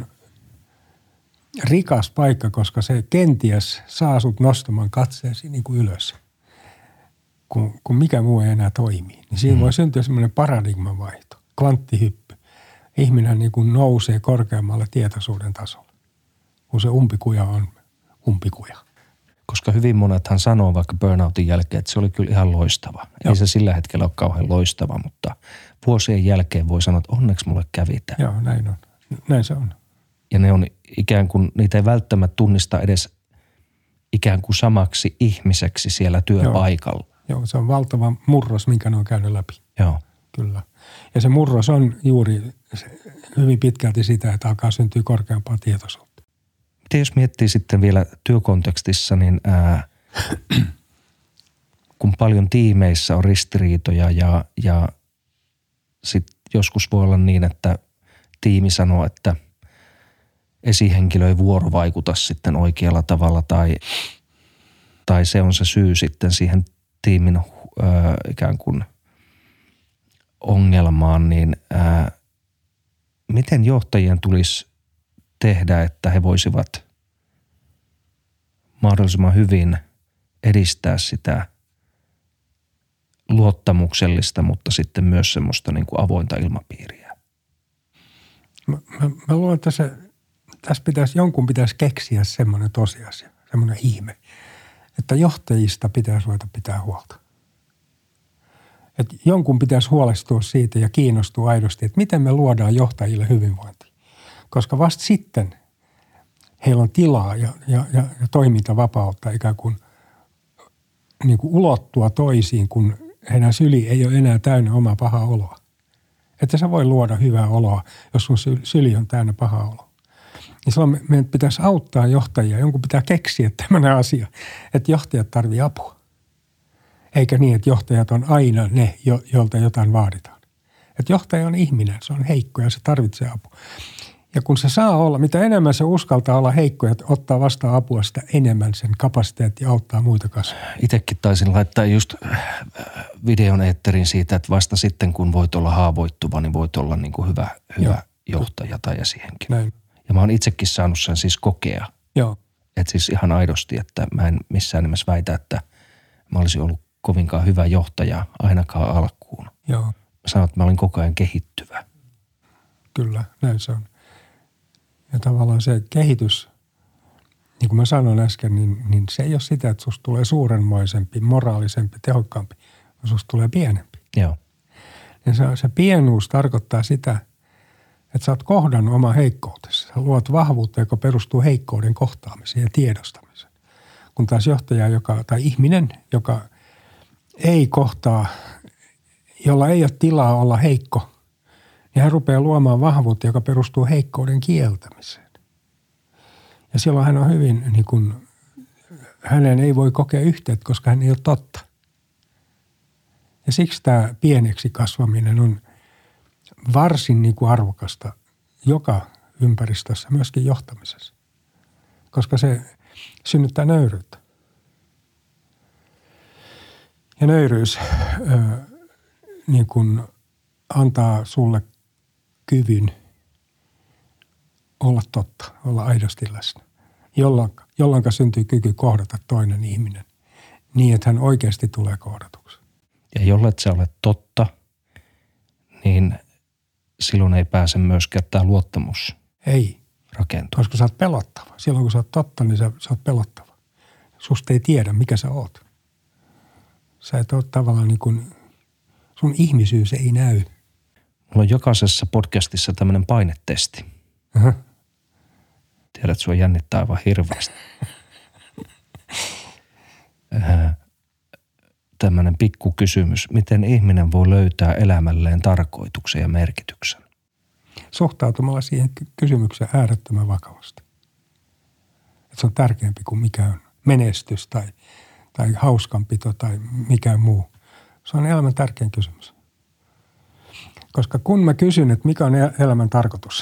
rikas paikka, koska se kenties saa sut nostamaan katseesi niin kuin ylös, kun mikä muu ei enää toimii. Niin siinä voi syntyä semmoinen paradigman vaihto, kvanttihyppy. Ihminen niin kuin nousee korkeammalle tietoisuuden tasolle, kun se umpikuja on umpikuja. Koska hyvin monethan sanoo vaikka burnoutin jälkeen, että se oli kyllä ihan loistava. Joo. Ei se sillä hetkellä ole kauhean loistava, mutta vuosien jälkeen voi sanoa, että onneksi mulle kävi tämä. Joo, näin on. Näin se on. Ja ne on ikään kuin, niitä ei välttämättä tunnista edes ikään kuin samaksi ihmiseksi siellä työpaikalla. Joo, se on valtava murros, minkä ne on käynyt läpi. Joo. Kyllä. Ja se murros on juuri hyvin pitkälti sitä, että alkaa syntyä korkeampaa tietoisuutta. Miten jos miettii sitten vielä työkontekstissa, niin kun paljon tiimeissä on ristiriitoja ja sitten joskus voi olla niin, että tiimi sanoo, että esihenkilö ei vuorovaikuta sitten oikealla tavalla tai se on se syy sitten siihen tiimin ikään kuin ongelmaan, niin miten johtajien tulisi tehdä, että he voisivat mahdollisimman hyvin edistää sitä luottamuksellista, mutta sitten myös semmoista niin kuin avointa ilmapiiriä? Mä luulen, että jonkun pitäisi keksiä semmoinen tosiasia, semmoinen ihme, että johtajista pitäisi ruveta pitää huolta. Että jonkun pitäisi huolestua siitä ja kiinnostua aidosti, että miten me luodaan johtajille hyvinvointia. Koska vasta sitten heillä on tilaa ja toimintavapautta ikään kuin ulottua toisiin, kun heidän syli ei ole enää täynnä omaa pahaa oloa. Että sä voi luoda hyvää oloa, jos sun syli on täynnä pahaa oloa. Niin silloin meidän pitäisi auttaa johtajia. Jonkun pitää keksiä tämmöinen asia, että johtajat tarvitsevat apua. Eikä niin, että johtajat on aina ne, joilta jotain vaaditaan. Että johtaja on ihminen, se on heikko ja se tarvitsee apua. Ja kun se saa olla, mitä enemmän se uskaltaa olla heikko ja ottaa vastaan apua, sitä enemmän sen kapasiteetti auttaa muita kasvaa. Itsekin taisin laittaa just videon eetteriin siitä, että vasta sitten kun voit olla haavoittuva, niin voit olla niin kuin hyvä johtaja tai esihenkilö. Näin. Ja mä oon itsekin saanut sen siis kokea. Joo. Että siis ihan aidosti, että mä en missään nimessä väitä, että mä olisin ollut kovinkaan hyvä johtaja ainakaan alkuun. Joo. Mä sanon, että mä olin koko ajan kehittyvä. Kyllä, näin se on. Ja tavallaan se kehitys, niin kuin mä sanoin äsken, niin se ei ole sitä, että susta tulee suurenmoisempi, moraalisempi, tehokkaampi, vaan susta tulee pienempi. Joo. Ja se pienuus tarkoittaa sitä, että sä oot kohdannut oma heikkoutesi. Sä luot vahvuutta, joka perustuu heikkouden kohtaamiseen ja tiedostamiseen. Kun taas johtaja, tai ihminen, joka ei kohtaa, jolla ei ole tilaa olla heikko, niin hän rupeaa luomaan vahvuutta, joka perustuu heikkouden kieltämiseen. Ja silloin hän on hyvin, niin kuin, hänen ei voi kokea yhteyttä, koska hän ei ole totta. Ja siksi tämä pieneksi kasvaminen on varsin niin kuin arvokasta joka ympäristössä, myöskin johtamisessa. Koska se synnyttää nöyryyttä. Ja nöyryys niin kuin antaa sulle kyvyn olla totta, olla aidosti läsnä, jolloin syntyy kyky kohdata toinen ihminen niin, että hän oikeasti tulee kohdatuksi. Ja jollet sä olet totta, niin silloin ei pääse myöskään tämä luottamus rakentua. Koska sä oot pelottava. Silloin kun sä oot totta, niin sä oot pelottava. Susta ei tiedä, mikä sä oot. Sä et ole tavallaan niin kuin, sun ihmisyys ei näy. Mulla on jokaisessa podcastissa tämmöinen painetesti. Uh-huh. Tiedät, sua jännittää aivan hirveästi. Tämmöinen pikku kysymys. Miten ihminen voi löytää elämälleen tarkoituksen ja merkityksen? Suhtautumalla siihen kysymykseen äärettömän vakavasti. Että se on tärkeämpi kuin mikään menestys tai hauskanpito tai mikään muu. Se on elämän tärkein kysymys. Koska kun mä kysyn, että mikä on elämän tarkoitus,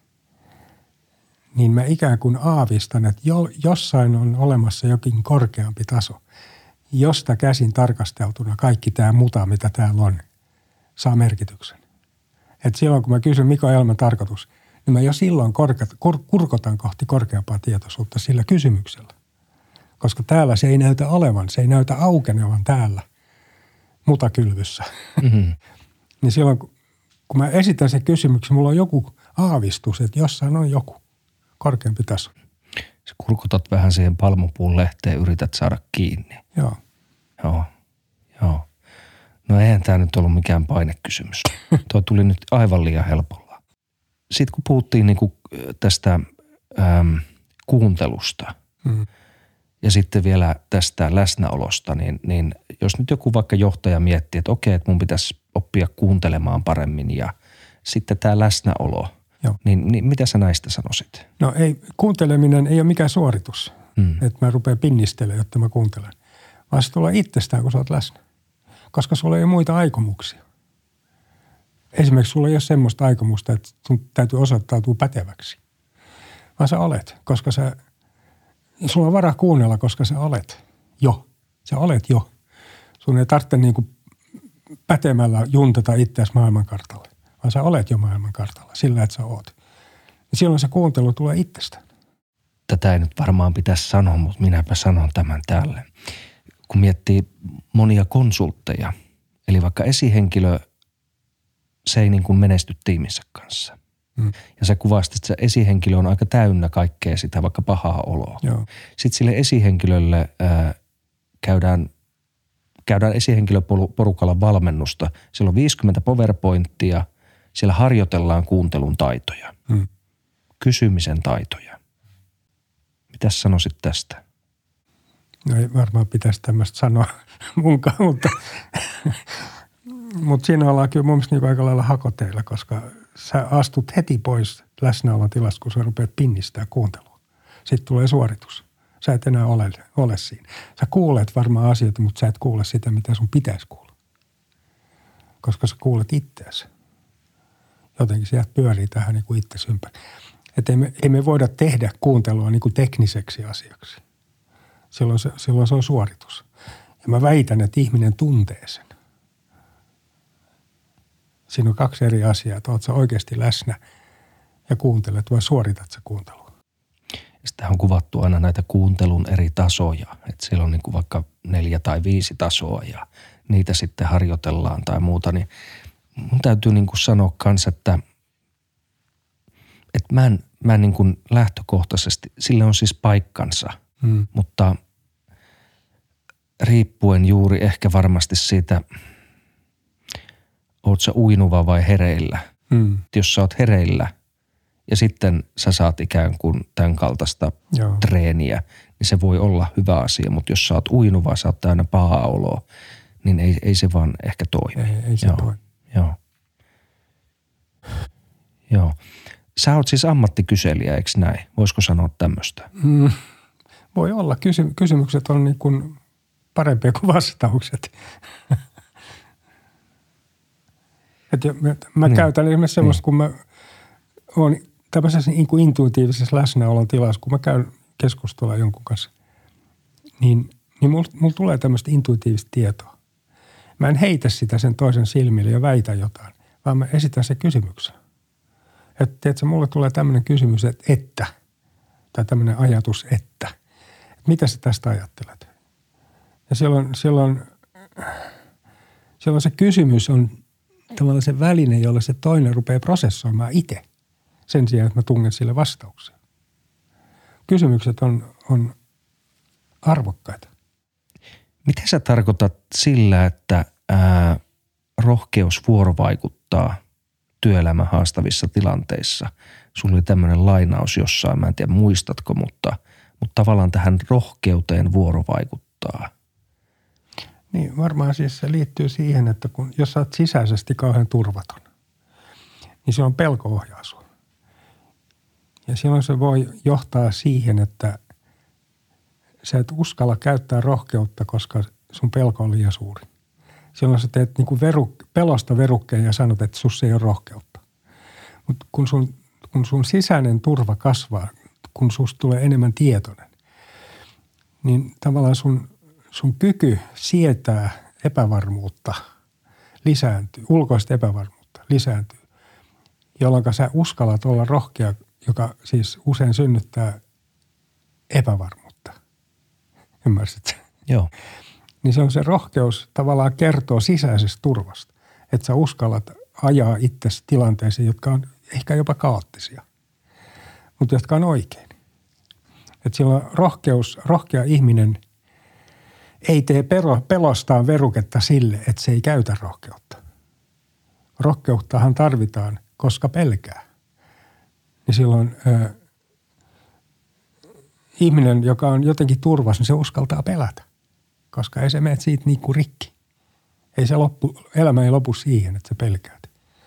niin mä ikään kuin aavistan, että jossain on olemassa jokin korkeampi taso, josta käsin tarkasteltuna kaikki tämä muta, mitä täällä on, saa merkityksen. Että silloin, kun mä kysyn, mikä on elämän tarkoitus, niin mä jo silloin kurkotan kohti korkeampaa tietoisuutta sillä kysymyksellä. Koska täällä se ei näytä olevan, se ei näytä aukenevan täällä mutakylvyssä. Mm-hmm. Niin silloin, kun mä esitän sen kysymyksen, mulla on joku aavistus, että jossain on joku korkeampi taso. Sä kurkutat vähän siihen palmupuun lehteen, yrität saada kiinni. Joo. Joo. No eihän tämä nyt ollut mikään painekysymys. Tuo tuli nyt aivan liian helpolla. Sitten kun puhuttiin niinku tästä kuuntelusta ja sitten vielä tästä läsnäolosta, niin jos nyt joku vaikka johtaja miettii, että okei, että mun pitäisi oppia kuuntelemaan paremmin ja sitten tämä läsnäolo, niin mitä sä näistä sanoisit? No ei, kuunteleminen ei ole mikään suoritus, että mä rupean pinnistelemään, jotta mä kuuntelen, vaan se tulee itsestään, kun sä oot läsnä. Koska sulla ei ole muita aikomuksia. Esimerkiksi sulla ei ole semmoista aikomusta, että sun täytyy osoittautua päteväksi. vaan sä olet, koska sulla on varaa kuunnella, koska sä olet jo. Sä olet jo. Sun ei tarvitse niin kuin pätemällä juntata itseäsi maailmankartalle, vaan sä olet jo maailmankartalla sillä, että sä oot. Ja silloin se kuuntelu tulee itsestään. Tätä ei nyt varmaan pitäisi sanoa, mutta minäpä sanon tämän täällä. Kun miettii monia konsultteja, eli vaikka esihenkilö, se ei niin kuin menesty tiiminsä kanssa. Ja sä kuvasit, että se esihenkilö on aika täynnä kaikkea sitä vaikka pahaa oloa. Joo. Sitten sille esihenkilölle käydään esihenkilöporukalla valmennusta. Siellä on 50 PowerPointia, siellä harjoitellaan kuuntelun taitoja, kysymisen taitoja. Mitäs sanoisit tästä? No ei varmaan pitäisi tämmöistä sanoa munkaan, mutta siinä ollaan kyllä mun mielestä niin aika lailla hakoteilla, koska sä astut heti pois läsnäolotilasta, kun sä rupeat pinnistää kuuntelua. Sitten tulee suoritus. Sä et enää ole siinä. Sä kuulet varmaan asioita, mutta sä et kuule sitä, mitä sun pitäisi kuulla. Koska sä kuulet itseäsi. Jotenkin sieltä pyörii tähän niin kuin itsesi ympäri. Että ei me voida tehdä kuuntelua niin kuin tekniseksi asiaksi. Silloin se on suoritus. Ja mä väitän, että ihminen tuntee sen. Siinä on 2 eri asiaa, että oot sä oikeasti läsnä ja kuuntelet vai suoritat sä kuuntelua. Sitä on kuvattu aina näitä kuuntelun eri tasoja, että siellä on niin kuin vaikka 4 tai 5 tasoa ja niitä sitten harjoitellaan tai muuta, niin mun täytyy niin kuin sanoa kanssa, että mä en niin kuin lähtökohtaisesti, sille on siis paikkansa, mutta riippuen juuri ehkä varmasti siitä, oot sä uinuva vai hereillä. Jos sä oot hereillä ja sitten sä saat ikään kuin tämän kaltaista treeniä, niin se voi olla hyvä asia, mutta jos sä oot uinuva, sä oot täynnä pahaa oloa, niin ei se vaan ehkä toimi. Ei se toimi. Joo. Sä oot siis ammattikyselijä, eikö näin? Voisiko sanoa tämmöistä? Voi olla. Kysymykset on niin kuin parempia kuin vastaukset. Mä käytän esimerkiksi semmoista, kun mä oon tämmöisessä niin kuin intuitiivisessa läsnäolon tilassa, kun mä käyn keskustelua jonkun kanssa, niin mulla tulee tämmöistä intuitiivista tietoa. Mä en heitä sitä sen toisen silmille ja väitä jotain, vaan mä esitän sen kysymyksen. Että tiedätkö, mulle tulee tämmöinen kysymys, että tai tämmöinen ajatus, että mitä sä tästä ajattelet? Ja silloin se kysymys on tavallaan se väline, jolla se toinen rupeaa prosessoimaan itse sen sijaan, että mä tungen sille vastauksia. Kysymykset on arvokkaita. Mitä sä tarkoitat sillä, että rohkeus vuorovaikuttaa työelämän haastavissa tilanteissa? Sulla oli tämmöinen lainaus jossain, mä en tiedä muistatko, mutta tavallaan tähän rohkeuteen vuorovaikuttaa. Niin varmaan siis se liittyy siihen, että jos sä oot sisäisesti kauhean turvaton, niin silloin pelko ohjaa sua. Ja silloin se voi johtaa siihen, että sä et uskalla käyttää rohkeutta, koska sun pelko on liian suuri. Silloin sä teet niin kuin pelosta verukkeen ja sanot, että sussa ei ole rohkeutta. Mutta kun sun sisäinen turva kasvaa, kun susta tulee enemmän tietoinen, niin tavallaan sun kyky sietää epävarmuutta lisääntyy, ulkoista epävarmuutta lisääntyy, jolloin sä uskallat olla rohkea, joka siis usein synnyttää epävarmuutta. Ymmärsitkö? Joo. Niin se rohkeus tavallaan kertoo sisäisestä turvasta, että sä uskallat ajaa itsesi tilanteisiin, jotka on ehkä jopa kaoottisia, mutta jotka on oikein. Että silloin rohkea ihminen ei tee pelostaan veruketta sille, että se ei käytä rohkeutta. Rohkeuttahan tarvitaan, koska pelkää. Niin silloin ihminen, joka on jotenkin turvassa, niin se uskaltaa pelätä, koska ei se mene siitä niin kuin rikki. Elämä ei lopu siihen, että sä pelkäät.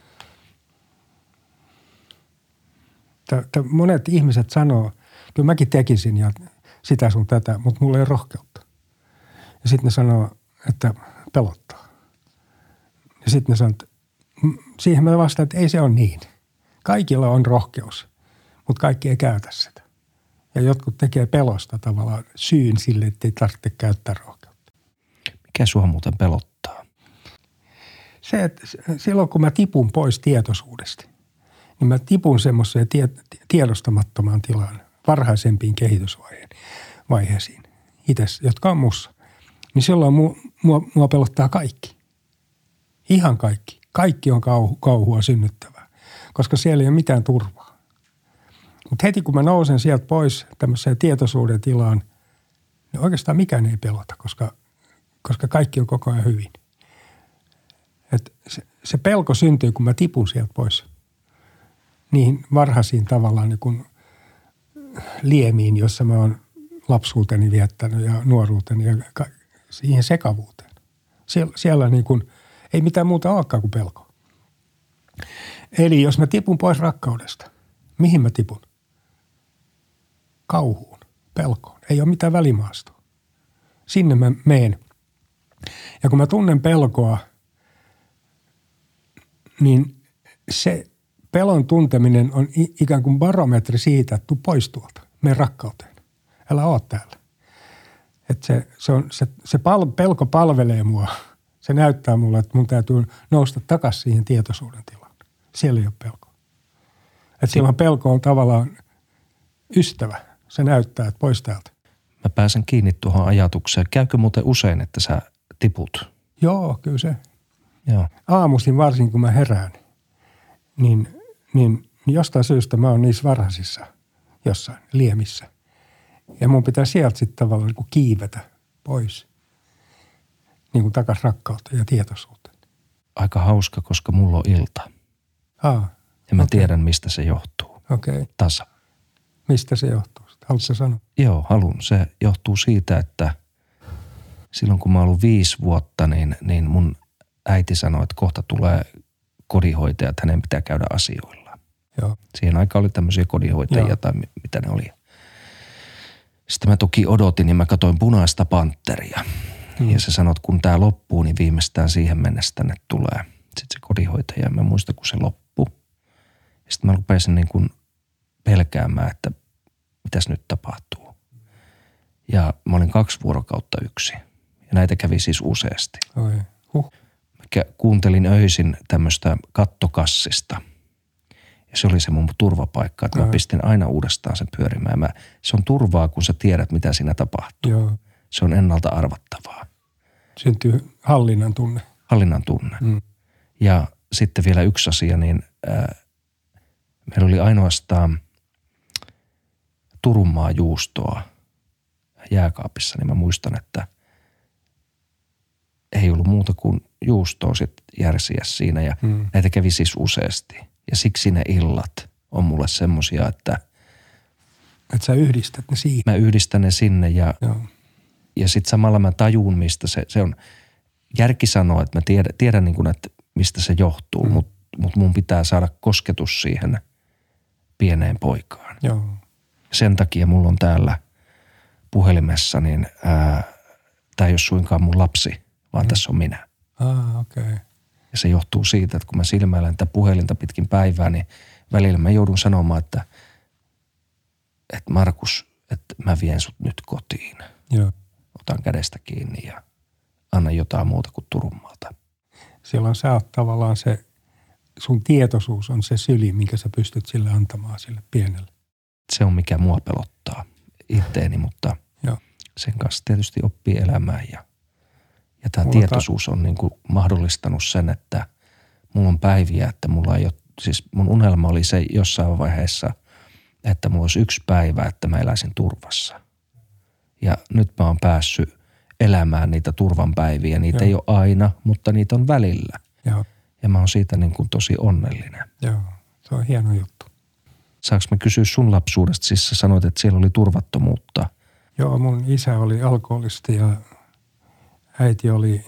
Monet ihmiset sanoo, kyllä mäkin tekisin ja sitä sun tätä, mutta mulla ei ole rohkeutta. Ja sitten ne sanoo, että pelottaa. Ja sitten ne sanoo, että siihen mä vastaan, että ei se ole niin. Kaikilla on rohkeus, mutta kaikki ei käytä sitä. Ja jotkut tekee pelosta tavallaan syyn sille, ettei tarvitse käyttää rohkeutta. Mikä sua muuten pelottaa? Se, että silloin kun mä tipun pois tietoisuudesta, niin mä tipun semmoiseen tiedostamattomaan tilaan, varhaisempiin kehitysvaiheisiin itse, jotka on mussa. Niin silloin mua pelottaa kaikki. Ihan kaikki. Kaikki on kauhua synnyttävää, koska siellä ei ole mitään turvaa. Mutta heti kun mä nousen sieltä pois tämmöiseen tietoisuuden tilaan, niin oikeastaan mikään ei pelota, koska kaikki on koko ajan hyvin. Et se pelko syntyy, kun mä tipun sieltä pois niihin varhaisiin tavallaan niin kuin liemiin, jossa mä oon lapsuuteni viettänyt ja nuoruuteni ja siihen sekavuuteen. Siellä niin kuin ei mitään muuta olekaan kuin pelko. Eli jos mä tipun pois rakkaudesta, mihin mä tipun? Kauhuun, pelkoon. Ei ole mitään välimaastoa. Sinne mä meen. Ja kun mä tunnen pelkoa, niin se pelon tunteminen on ikään kuin barometri siitä, että tuu pois tuolta. Mene rakkauteen. Älä oo täällä. Että se pelko palvelee mua. Se näyttää mulle, että mun täytyy nousta takaisin siihen tietoisuuden tilaan. Siellä ei ole pelkoa. Että silloin pelko on tavallaan ystävä. Se näyttää, että pois täältä. Mä pääsen kiinni tuohon ajatukseen. Käykö muuten usein, että sä tiput? Joo, kyllä se. Joo. Aamuisin varsin, kun mä herään, niin jostain syystä mä oon niissä varhaisissa jossain liemissä. Ja mun pitää sieltä sitten tavallaan niin kuin kiivetä pois. Niin kuin takaisin rakkauteen ja tietoisuuteen. Aika hauska, koska mulla on ilta. Ja mä tiedän, mistä se johtuu. Okei. Tasa. Mistä se johtuu? Haluatko sä sanoa? Joo, haluan. Se johtuu siitä, että silloin kun mä oon ollut 5 vuotta, niin mun äiti sanoi, että kohta tulee kodinhoitaja, että hänen pitää käydä asioilla. Joo. Siihen aikaan oli tämmöisiä kodinhoitajia Joo. tai mitä ne oli. Sitten mä toki odotin, niin mä katsoin Punaista Pantteria. Ja se sanoi, että kun tää loppuu, niin viimeistään siihen mennessä tänne tulee. Sitten se kodinhoitaja, mä muistan, kun se loppui. Sitten mä rupesin niin kuin pelkäämään, että mitäs nyt tapahtuu. Ja mä olin 2 vuorokautta yksin. Ja näitä kävi siis useasti. Oi. Mä kuuntelin öisin tämmöistä kattokassista. Ja se oli se mun turvapaikka, että mä pistin aina uudestaan sen pyörimään. Se on turvaa, kun sä tiedät, mitä siinä tapahtuu. Joo. Se on ennalta arvattavaa. Syntyy hallinnan tunne. Hallinnan tunne. Ja sitten vielä yksi asia, niin meillä oli ainoastaan Turunmaa juustoa jääkaapissa, niin mä muistan, että ei ollut muuta kuin juustoa sitten järsiä siinä ja näitä kävi siis useasti. Ja siksi ne illat on mulle semmosia, että sä yhdistät ne siihen. Mä yhdistän ne sinne ja sitten samalla mä tajun, mistä se on. Järki sanoo, että mä tiedän niin kuin, että mistä se johtuu, mutta mun pitää saada kosketus siihen pieneen poikaan. Joo. Sen takia mulla on täällä puhelimessa, niin tää ei ole suinkaan mun lapsi, vaan tässä on minä. Okei. Ja se johtuu siitä, että kun mä silmäilen tätä puhelinta pitkin päivää, niin välillä mä joudun sanomaan, että Markus, että mä vien sut nyt kotiin. Joo. Otan kädestä kiinni ja anna jotain muuta kuin Turunmaalta. Silloin sä oot tavallaan se, sun tietoisuus on se syli, minkä sä pystyt sille antamaan sille pienelle. Se on mikä mua pelottaa itteeni, mutta sen kanssa tietysti oppii elämään ja tämä tietoisuus on niin kuin mahdollistanut sen, että mulla on päiviä, että mulla ei ole, siis mun unelma oli se jossain vaiheessa, että mulla olisi 1 päivä, että mä eläisin turvassa. Ja nyt mä oon päässyt elämään niitä turvan päiviä. Niitä ei ole aina, mutta niitä on välillä. Joo. Ja mä oon siitä niin kuin tosi onnellinen. Joo, se on hieno juttu. Saanko mä kysyä sun lapsuudesta? Siis sä sanoit, että siellä oli turvattomuutta. Joo, mun isä oli alkoholisti ja äiti oli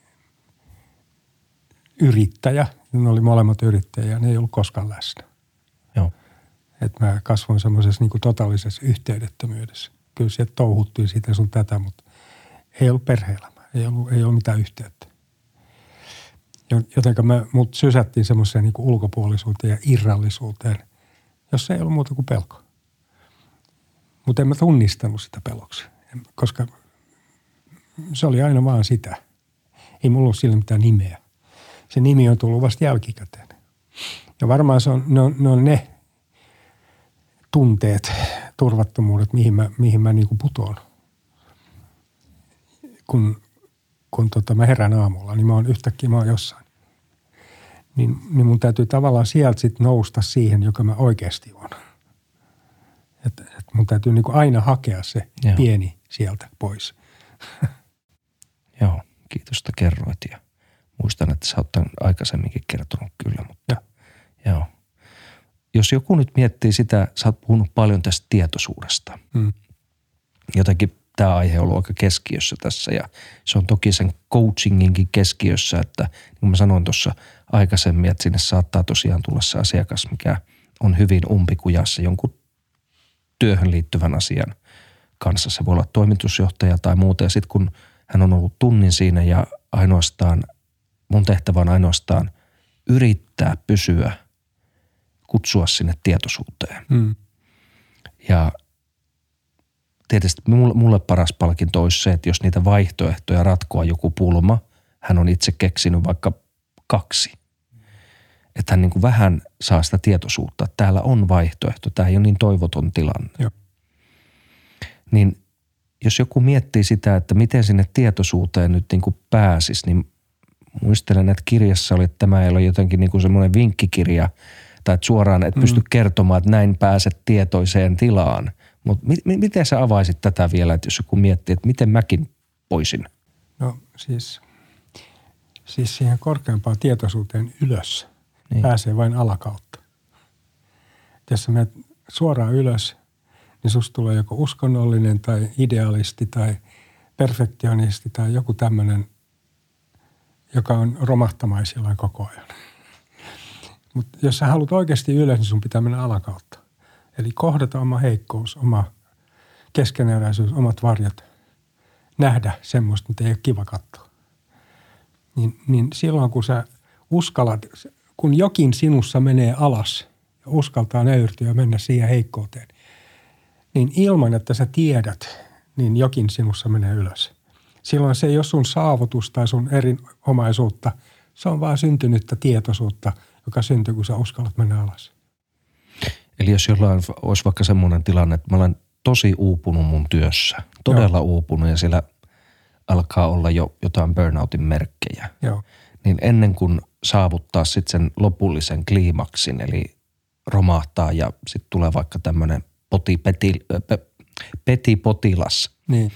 yrittäjä. Ne oli molemmat yrittäjiä, ne ei ollut koskaan läsnä. Joo. Että mä kasvoin semmoisessa niin kuin totaalisessa yhteydettömyydessä. Kyllä sieltä touhuttiin sitä sun tätä, mutta ei ollut perhe-elämää, ei ollut mitään yhteyttä. Jotenka mut sysättiin semmoiseen niin kuin ulkopuolisuuteen ja irrallisuuteen, jossa ei ollut muuta kuin pelko. Mutta en mä tunnistanut sitä peloksi, koska se oli aina vaan sitä. Ei mulla ollut sille mitään nimeä. Se nimi on tullut vasta jälkikäteen. Ja varmaan ne on ne tunteet, turvattomuudet, mihin mä niin kuin putoan. Kun mä herään aamulla, niin yhtäkkiä mä oon jossain. Niin mun täytyy tavallaan sieltä sitten nousta siihen, joka mä oikeasti oon. Et mun täytyy niin kuin aina hakea se pieni sieltä pois. Joo, kiitos, että kerroit ja muistan, että sä oot tämän aikaisemminkin kertonut kyllä, mutta joo. Jos joku nyt miettii sitä, sä oot puhunut paljon tästä tietoisuudesta. Jotenkin tämä aihe on ollut aika keskiössä tässä ja se on toki sen coachinginkin keskiössä, että niin kuin mä sanoin tuossa aikaisemmin, että sinne saattaa tosiaan tulla se asiakas, mikä on hyvin umpikujassa jonkun työhön liittyvän asian kanssa. Se voi olla toimitusjohtaja tai muuta ja sitten kun hän on ollut tunnin siinä ja mun tehtävä on ainoastaan yrittää pysyä, kutsua sinne tietoisuuteen. Ja tietysti mulle paras palkinto olisi se, että jos niitä vaihtoehtoja ratkoa joku pulma, hän on itse keksinyt vaikka 2. Että hän niin kuin vähän saa sitä tietoisuutta, että täällä on vaihtoehto, tämä ei ole niin toivoton tilanne. Joo. Niin jos joku miettii sitä, että miten sinne tietoisuuteen nyt niin kuin pääsisi, niin muistelen, että kirjassa oli, että tämä ei ole jotenkin niin kuin semmoinen vinkkikirja, tai että suoraan et pysty kertomaan, että näin pääset tietoiseen tilaan. Mutta miten sä avaisit tätä vielä, että jos joku miettii, että miten mäkin voisin? No siis siihen korkeampaan tietoisuuteen ylös pääsee vain alakautta. Jos sä menet suoraan ylös, niin susta tulee joko uskonnollinen tai idealisti tai perfektionisti tai joku tämmöinen, joka on romahtamaisillaan koko ajan. Mutta jos sä haluat oikeasti ylös, niin sun pitää mennä alakautta. Eli kohdata oma heikkous, oma keskeneräisyys, omat varjot. Nähdä semmoista, mitä ei ole kiva katsoa. Niin silloin, kun sä uskallat, kun jokin sinussa menee alas ja uskaltaa nöyrtyä ja mennä siihen heikkouteen, niin ilman, että sä tiedät, niin jokin sinussa menee ylös. Silloin se ei ole sun saavutus tai sun erinomaisuutta. Se on vaan syntynyttä tietoisuutta, joka syntyy, kun sä uskallat mennä alas. Eli jos jollain olisi vaikka semmoinen tilanne, että mä olen tosi uupunut mun työssä, todella uupunut ja siellä alkaa olla jo jotain burnoutin merkkejä, niin ennen kuin saavuttaa sitten sen lopullisen kliimaksin, eli romahtaa ja sitten tulee vaikka tämmöinen petipotilas,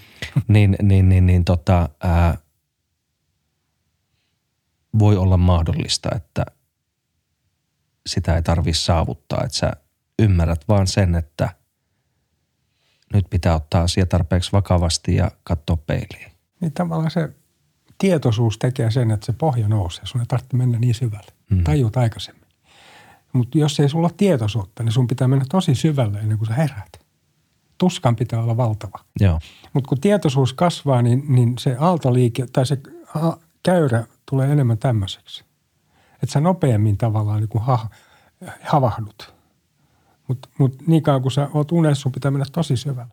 voi olla mahdollista, että sitä ei tarvitse saavuttaa, että sä ymmärrät vaan sen, että nyt pitää ottaa asia tarpeeksi vakavasti ja katsoa peiliin. Niin tavallaan se tietoisuus tekee sen, että se pohja nousee. Sun ei tarvitse mennä niin syvälle. Tajuut aikaisemmin. Mutta jos ei sulla ole tietoisuutta, niin sun pitää mennä tosi syvälle ennen kuin sä heräät. Tuskan pitää olla valtava. Mutta kun tietoisuus kasvaa, niin se aaltoliike tai se käyrä tulee enemmän tämmöiseksi. Että sä nopeammin tavallaan niin kuin havahdut. Mutta niin kauan kun sä oot unessa, sun pitää mennä tosi syvälle.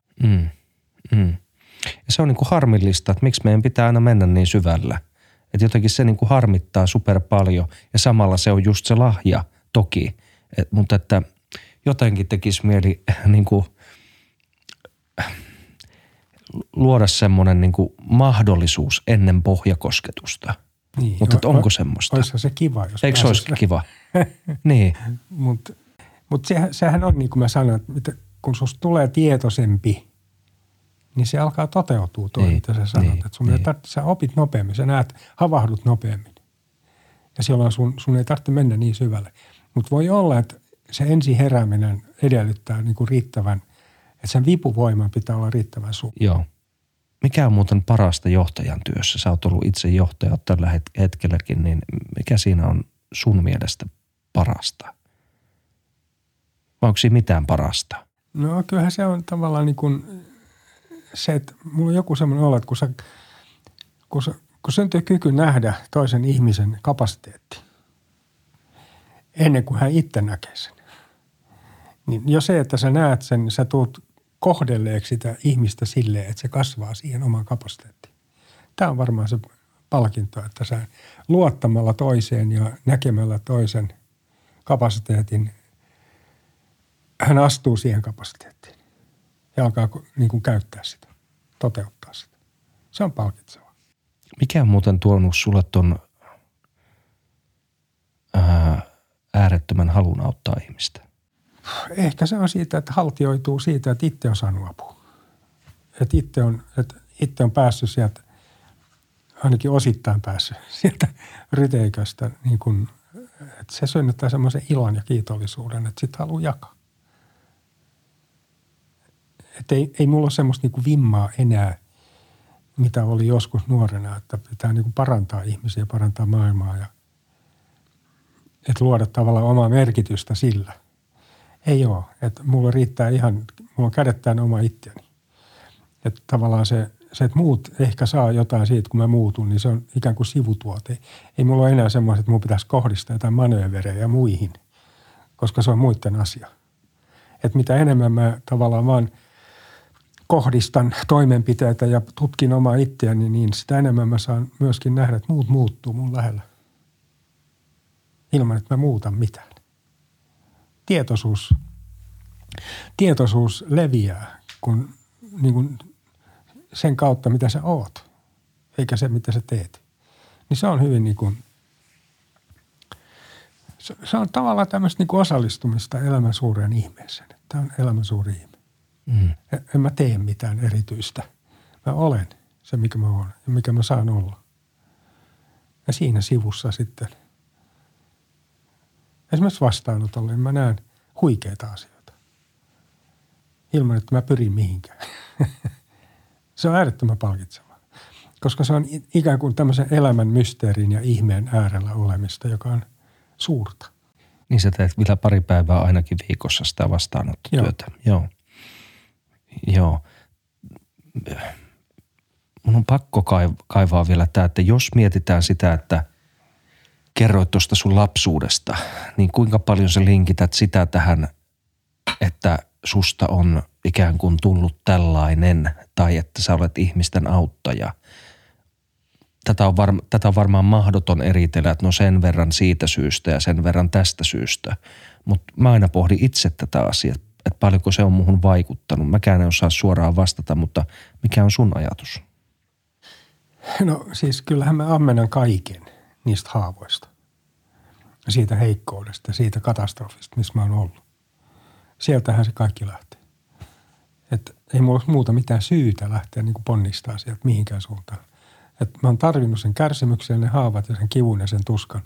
Ja se on niin kuin harmillista, että miksi meidän pitää aina mennä niin syvällä. Että jotenkin se niin kuin harmittaa super paljon ja samalla se on just se lahja toki. Mutta että jotenkin tekisi mieli niin kuin luoda semmoinen niin kuin mahdollisuus ennen pohjakosketusta. Niin, mutta onko semmoista? Olisihan se kiva, jos eikö se olisi kiva? Niin. Mutta sehän on niin kuin mä sanoin, että kun susta tulee tietoisempi, niin se alkaa toteutua tuo, mitä sä sanot. Että sä opit nopeammin, sä näet, havahdut nopeammin. Ja silloin sun ei tarvitse mennä niin syvälle. Mutta voi olla, että se ensi herääminen edellyttää niin kuin riittävän, että sen vipuvoiman pitää olla riittävän suuri. Joo. Mikä on muuten parasta johtajan työssä? Sä oot ollut itse johtaja tällä hetkelläkin, niin mikä siinä on sun mielestä parasta? Vai onko siinä mitään parasta? No kyllähän se on tavallaan niin kuin se, että mulla on joku semmoinen olo, että kun syntyy kyky nähdä toisen ihmisen kapasiteetti ennen kuin hän itse näkee sen, niin jo se, että sä näet sen, sä tuut kohdelleeksi sitä ihmistä silleen, että se kasvaa siihen omaan kapasiteettiin. Tämä on varmaan se palkinto, että sä luottamalla toiseen ja näkemällä toisen kapasiteetin, hän astuu siihen kapasiteettiin ja alkaa niin kuin käyttää sitä, toteuttaa sitä. Se on palkitsevaa. Mikä on muuten tuonut sulle ton äärettömän halun auttaa ihmistä? Ehkä se on siitä, että haltioituu siitä, että itse on saanut apua. Että itse on päässyt sieltä, ainakin osittain päässyt sieltä ryteiköstä, niin kuin, että se synnyttää semmoisen ilon ja kiitollisuuden, että sit haluaa jakaa. Että ei mulla ole semmoista niin kuin vimmaa enää, mitä oli joskus nuorena, että pitää niin kuin parantaa ihmisiä, parantaa maailmaa ja että luoda tavallaan omaa merkitystä sillä. Ei ole. Että mulla riittää ihan, mulla on kädet täynnä oma itseäni. Että tavallaan se, että muut ehkä saa jotain siitä, kun mä muutun, niin se on ikään kuin sivutuote. Ei mulla ole enää semmoista, että mun pitäisi kohdistaa jotain manööverejä muihin, koska se on muiden asia. Että mitä enemmän mä tavallaan vaan kohdistan toimenpiteitä ja tutkin omaa itseäni, niin sitä enemmän mä saan myöskin nähdä, että muut muuttuu mun lähellä. Ilman, että mä muutan mitään. Tietoisuus leviää niin kuin sen kautta, mitä sä oot, eikä se, mitä sä teet. Niin se on hyvin niin kuin, se on tavallaan tämmöistä niin kuin osallistumista elämän suureen ihmeeseen. Tämä on elämän suuri ihme. En mä tee mitään erityistä. Mä olen se, mikä mä oon ja mikä mä saan olla. Ja siinä sivussa sitten esimerkiksi vastaanotolle, niin mä näen huikeita asioita. Ilman, että mä pyrin mihinkään. Se on äärettömän palkitsevaa. Koska se on ikään kuin tämmöisen elämän mysteerin ja ihmeen äärellä olemista, joka on suurta. Niin sä teet vielä pari päivää ainakin viikossa sitä vastaanottotyötä. Joo. Mun on pakko kaivaa vielä tämä, että jos mietitään sitä, että kerroit tuosta sun lapsuudesta, niin kuinka paljon sä linkität sitä tähän, että susta on ikään kuin tullut tällainen tai että sä olet ihmisten auttaja. Tätä on varmaan mahdoton eritellä, että no sen verran siitä syystä ja sen verran tästä syystä. Mutta mä aina pohdin itse tätä asiaa, että paljonko se on muhun vaikuttanut. Mäkään en osaa suoraan vastata, mutta mikä on sun ajatus? No siis kyllähän mä ammennan kaiken niistä haavoista. Siitä heikkoudesta, siitä katastrofista, missä mä oon ollut. Sieltähän se kaikki lähtee. Että ei mulla ole muuta mitään syytä lähteä niin kuin ponnistaa sieltä mihinkään suuntaan. Että mä oon tarvinnut sen kärsimyksen, ne haavat ja sen kivun ja sen tuskan.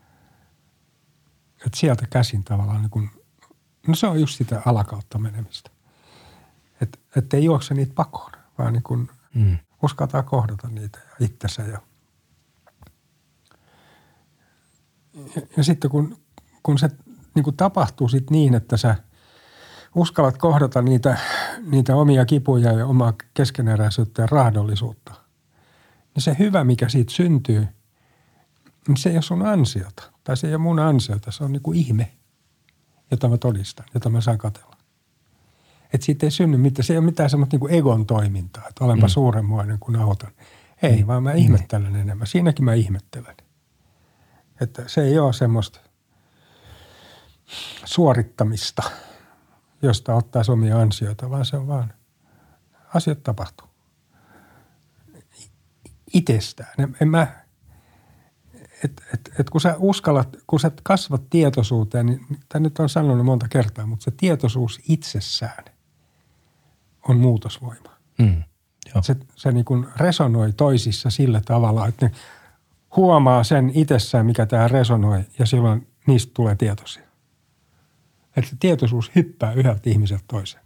Että sieltä käsin tavallaan niin kuin, no se on just sitä alakautta menemistä. Että ei juokse niitä pakoon, vaan niin kuin uskaltaa kohdata niitä ja itsensä. Ja sitten kun se niin kuin tapahtuu sit niin, että sä uskallat kohdata niitä omia kipuja ja omaa keskeneräisyyttä ja rahdollisuutta, niin se hyvä, mikä siitä syntyy, niin se ei ole sun ansiota. Tai se ei ole mun ansiota. Se on niin kuin ihme, jota mä todistan, jota mä saan katsella. Että siitä ei synny mitään. Se ei ole mitään semmoista niin kuin egon toimintaa, että olenpa suuremmoinen kuin autan. Ei, vaan mä ihmettelen enemmän. Siinäkin mä ihmettelen. Että se ei ole semmoista suorittamista, josta ottaa omia ansioita, vaan se on vaan, asiat tapahtuu. Itsestään. Kun sä uskallat, kun sä kasvat tietoisuuteen, niin tämä nyt on sanonut monta kertaa, mutta se tietoisuus itsessään on muutosvoima. Se niin kuin resonoi toisissa sillä tavalla, että ne huomaa sen itsessään, mikä tämä resonoi, ja silloin niistä tulee tietoisia. Että tietoisuus hyppää yhdeltä ihmiseltä toiseen.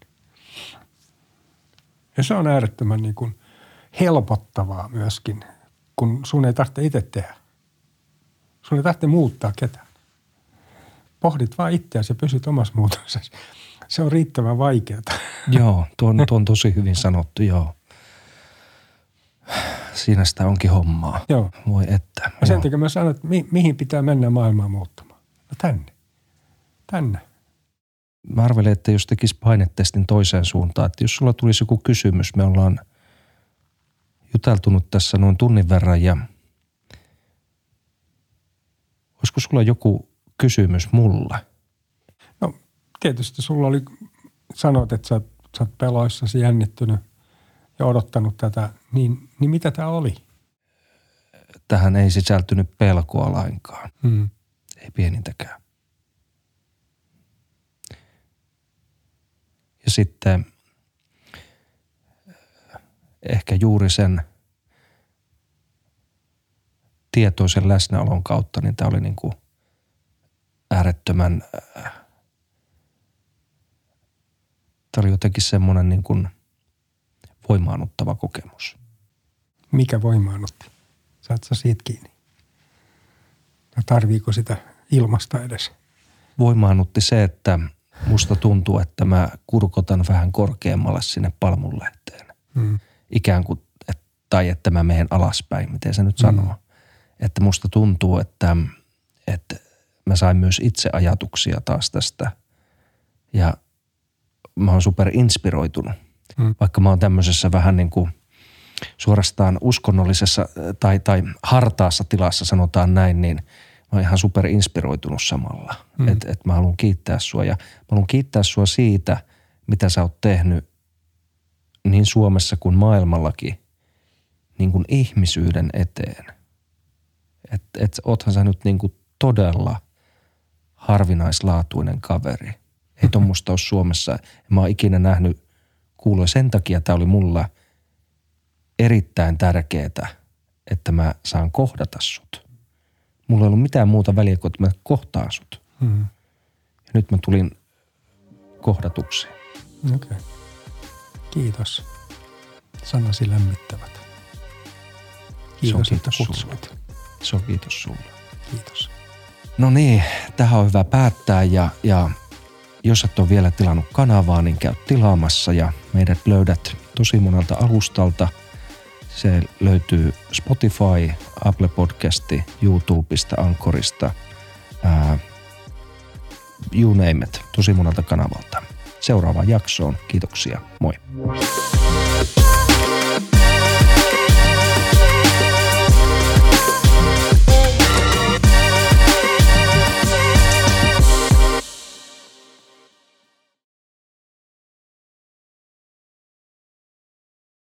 Ja se on äärettömän niin kuin helpottavaa myöskin, kun sun ei tarvitse itse tehdä. Sun ei tarvitse muuttaa ketään. Pohdit vaan itseäsi ja pysyt omassa muutoksessa. Se on riittävän vaikeaa. Joo, tuo on tosi hyvin sanottu, joo. Siinä sitä onkin hommaa. Joo. Voi että. Ja sen takia mä sanon, että mihin pitää mennä maailmaa muuttamaan. No tänne. mä arvelin, että jos tekisi painetestin toiseen suuntaan, että jos sulla tulisi joku kysymys, me ollaan juteltunut tässä noin tunnin verran ja olisiko sulla joku kysymys mulle? No tietysti sulla oli, sanoit, että sä oot peloissasi jännittynyt ja odottanut tätä, niin mitä tämä oli? Tähän ei sisältynyt pelkoa lainkaan. Ei pienintäkään. Ja sitten ehkä juuri sen tietoisen läsnäolon kautta, niin tämä oli niin kuin äärettömän, tämä oli jotenkin semmoinen niin kuin voimaannuttava kokemus. Mikä voimaannutti? Saat sä siitä kiinni? Ja tarviiko sitä ilmasta edes? Voimaannutti se, että musta tuntuu, että mä kurkotan vähän korkeammalle sinne palmunlehteen. Ikään kuin, tai että mä menen alaspäin, miten se nyt sanoo. Että musta tuntuu, että mä sain myös itse ajatuksia taas tästä. Ja mä oon super inspiroitunut. Vaikka mä oon tämmöisessä vähän niin kuin suorastaan uskonnollisessa tai hartaassa tilassa, sanotaan näin, niin mä oon ihan super inspiroitunut samalla. Että mä haluan kiittää sua ja mä haluan kiittää sua siitä, mitä sä oot tehnyt niin Suomessa kuin maailmallakin niin kuin ihmisyyden eteen. Että oothan sä nyt niin kuin todella harvinaislaatuinen kaveri. Ei tommoista ole Suomessa. Mä oon ikinä nähnyt, kuulua sen takia tää oli mulla erittäin tärkeetä, että mä saan kohdata sut. Mulla ei ollut mitään muuta väliä kuin, että mä kohtaan sut. Ja nyt mä tulin kohdatuksi. Okei. Kiitos. Sanasi lämmittävät. Kiitos, että kutsuit. Se on kiitos sulle. Kiitos. No niin, tähän on hyvä päättää ja jos et ole vielä tilannut kanavaa, niin käy tilaamassa ja meidät löydät tosi monelta alustalta. Se löytyy Spotify, Apple Podcasti, YouTubesta, Anchorista, you name it, tosi monelta kanavalta. Seuraavaan jaksoon. Kiitoksia. Moi.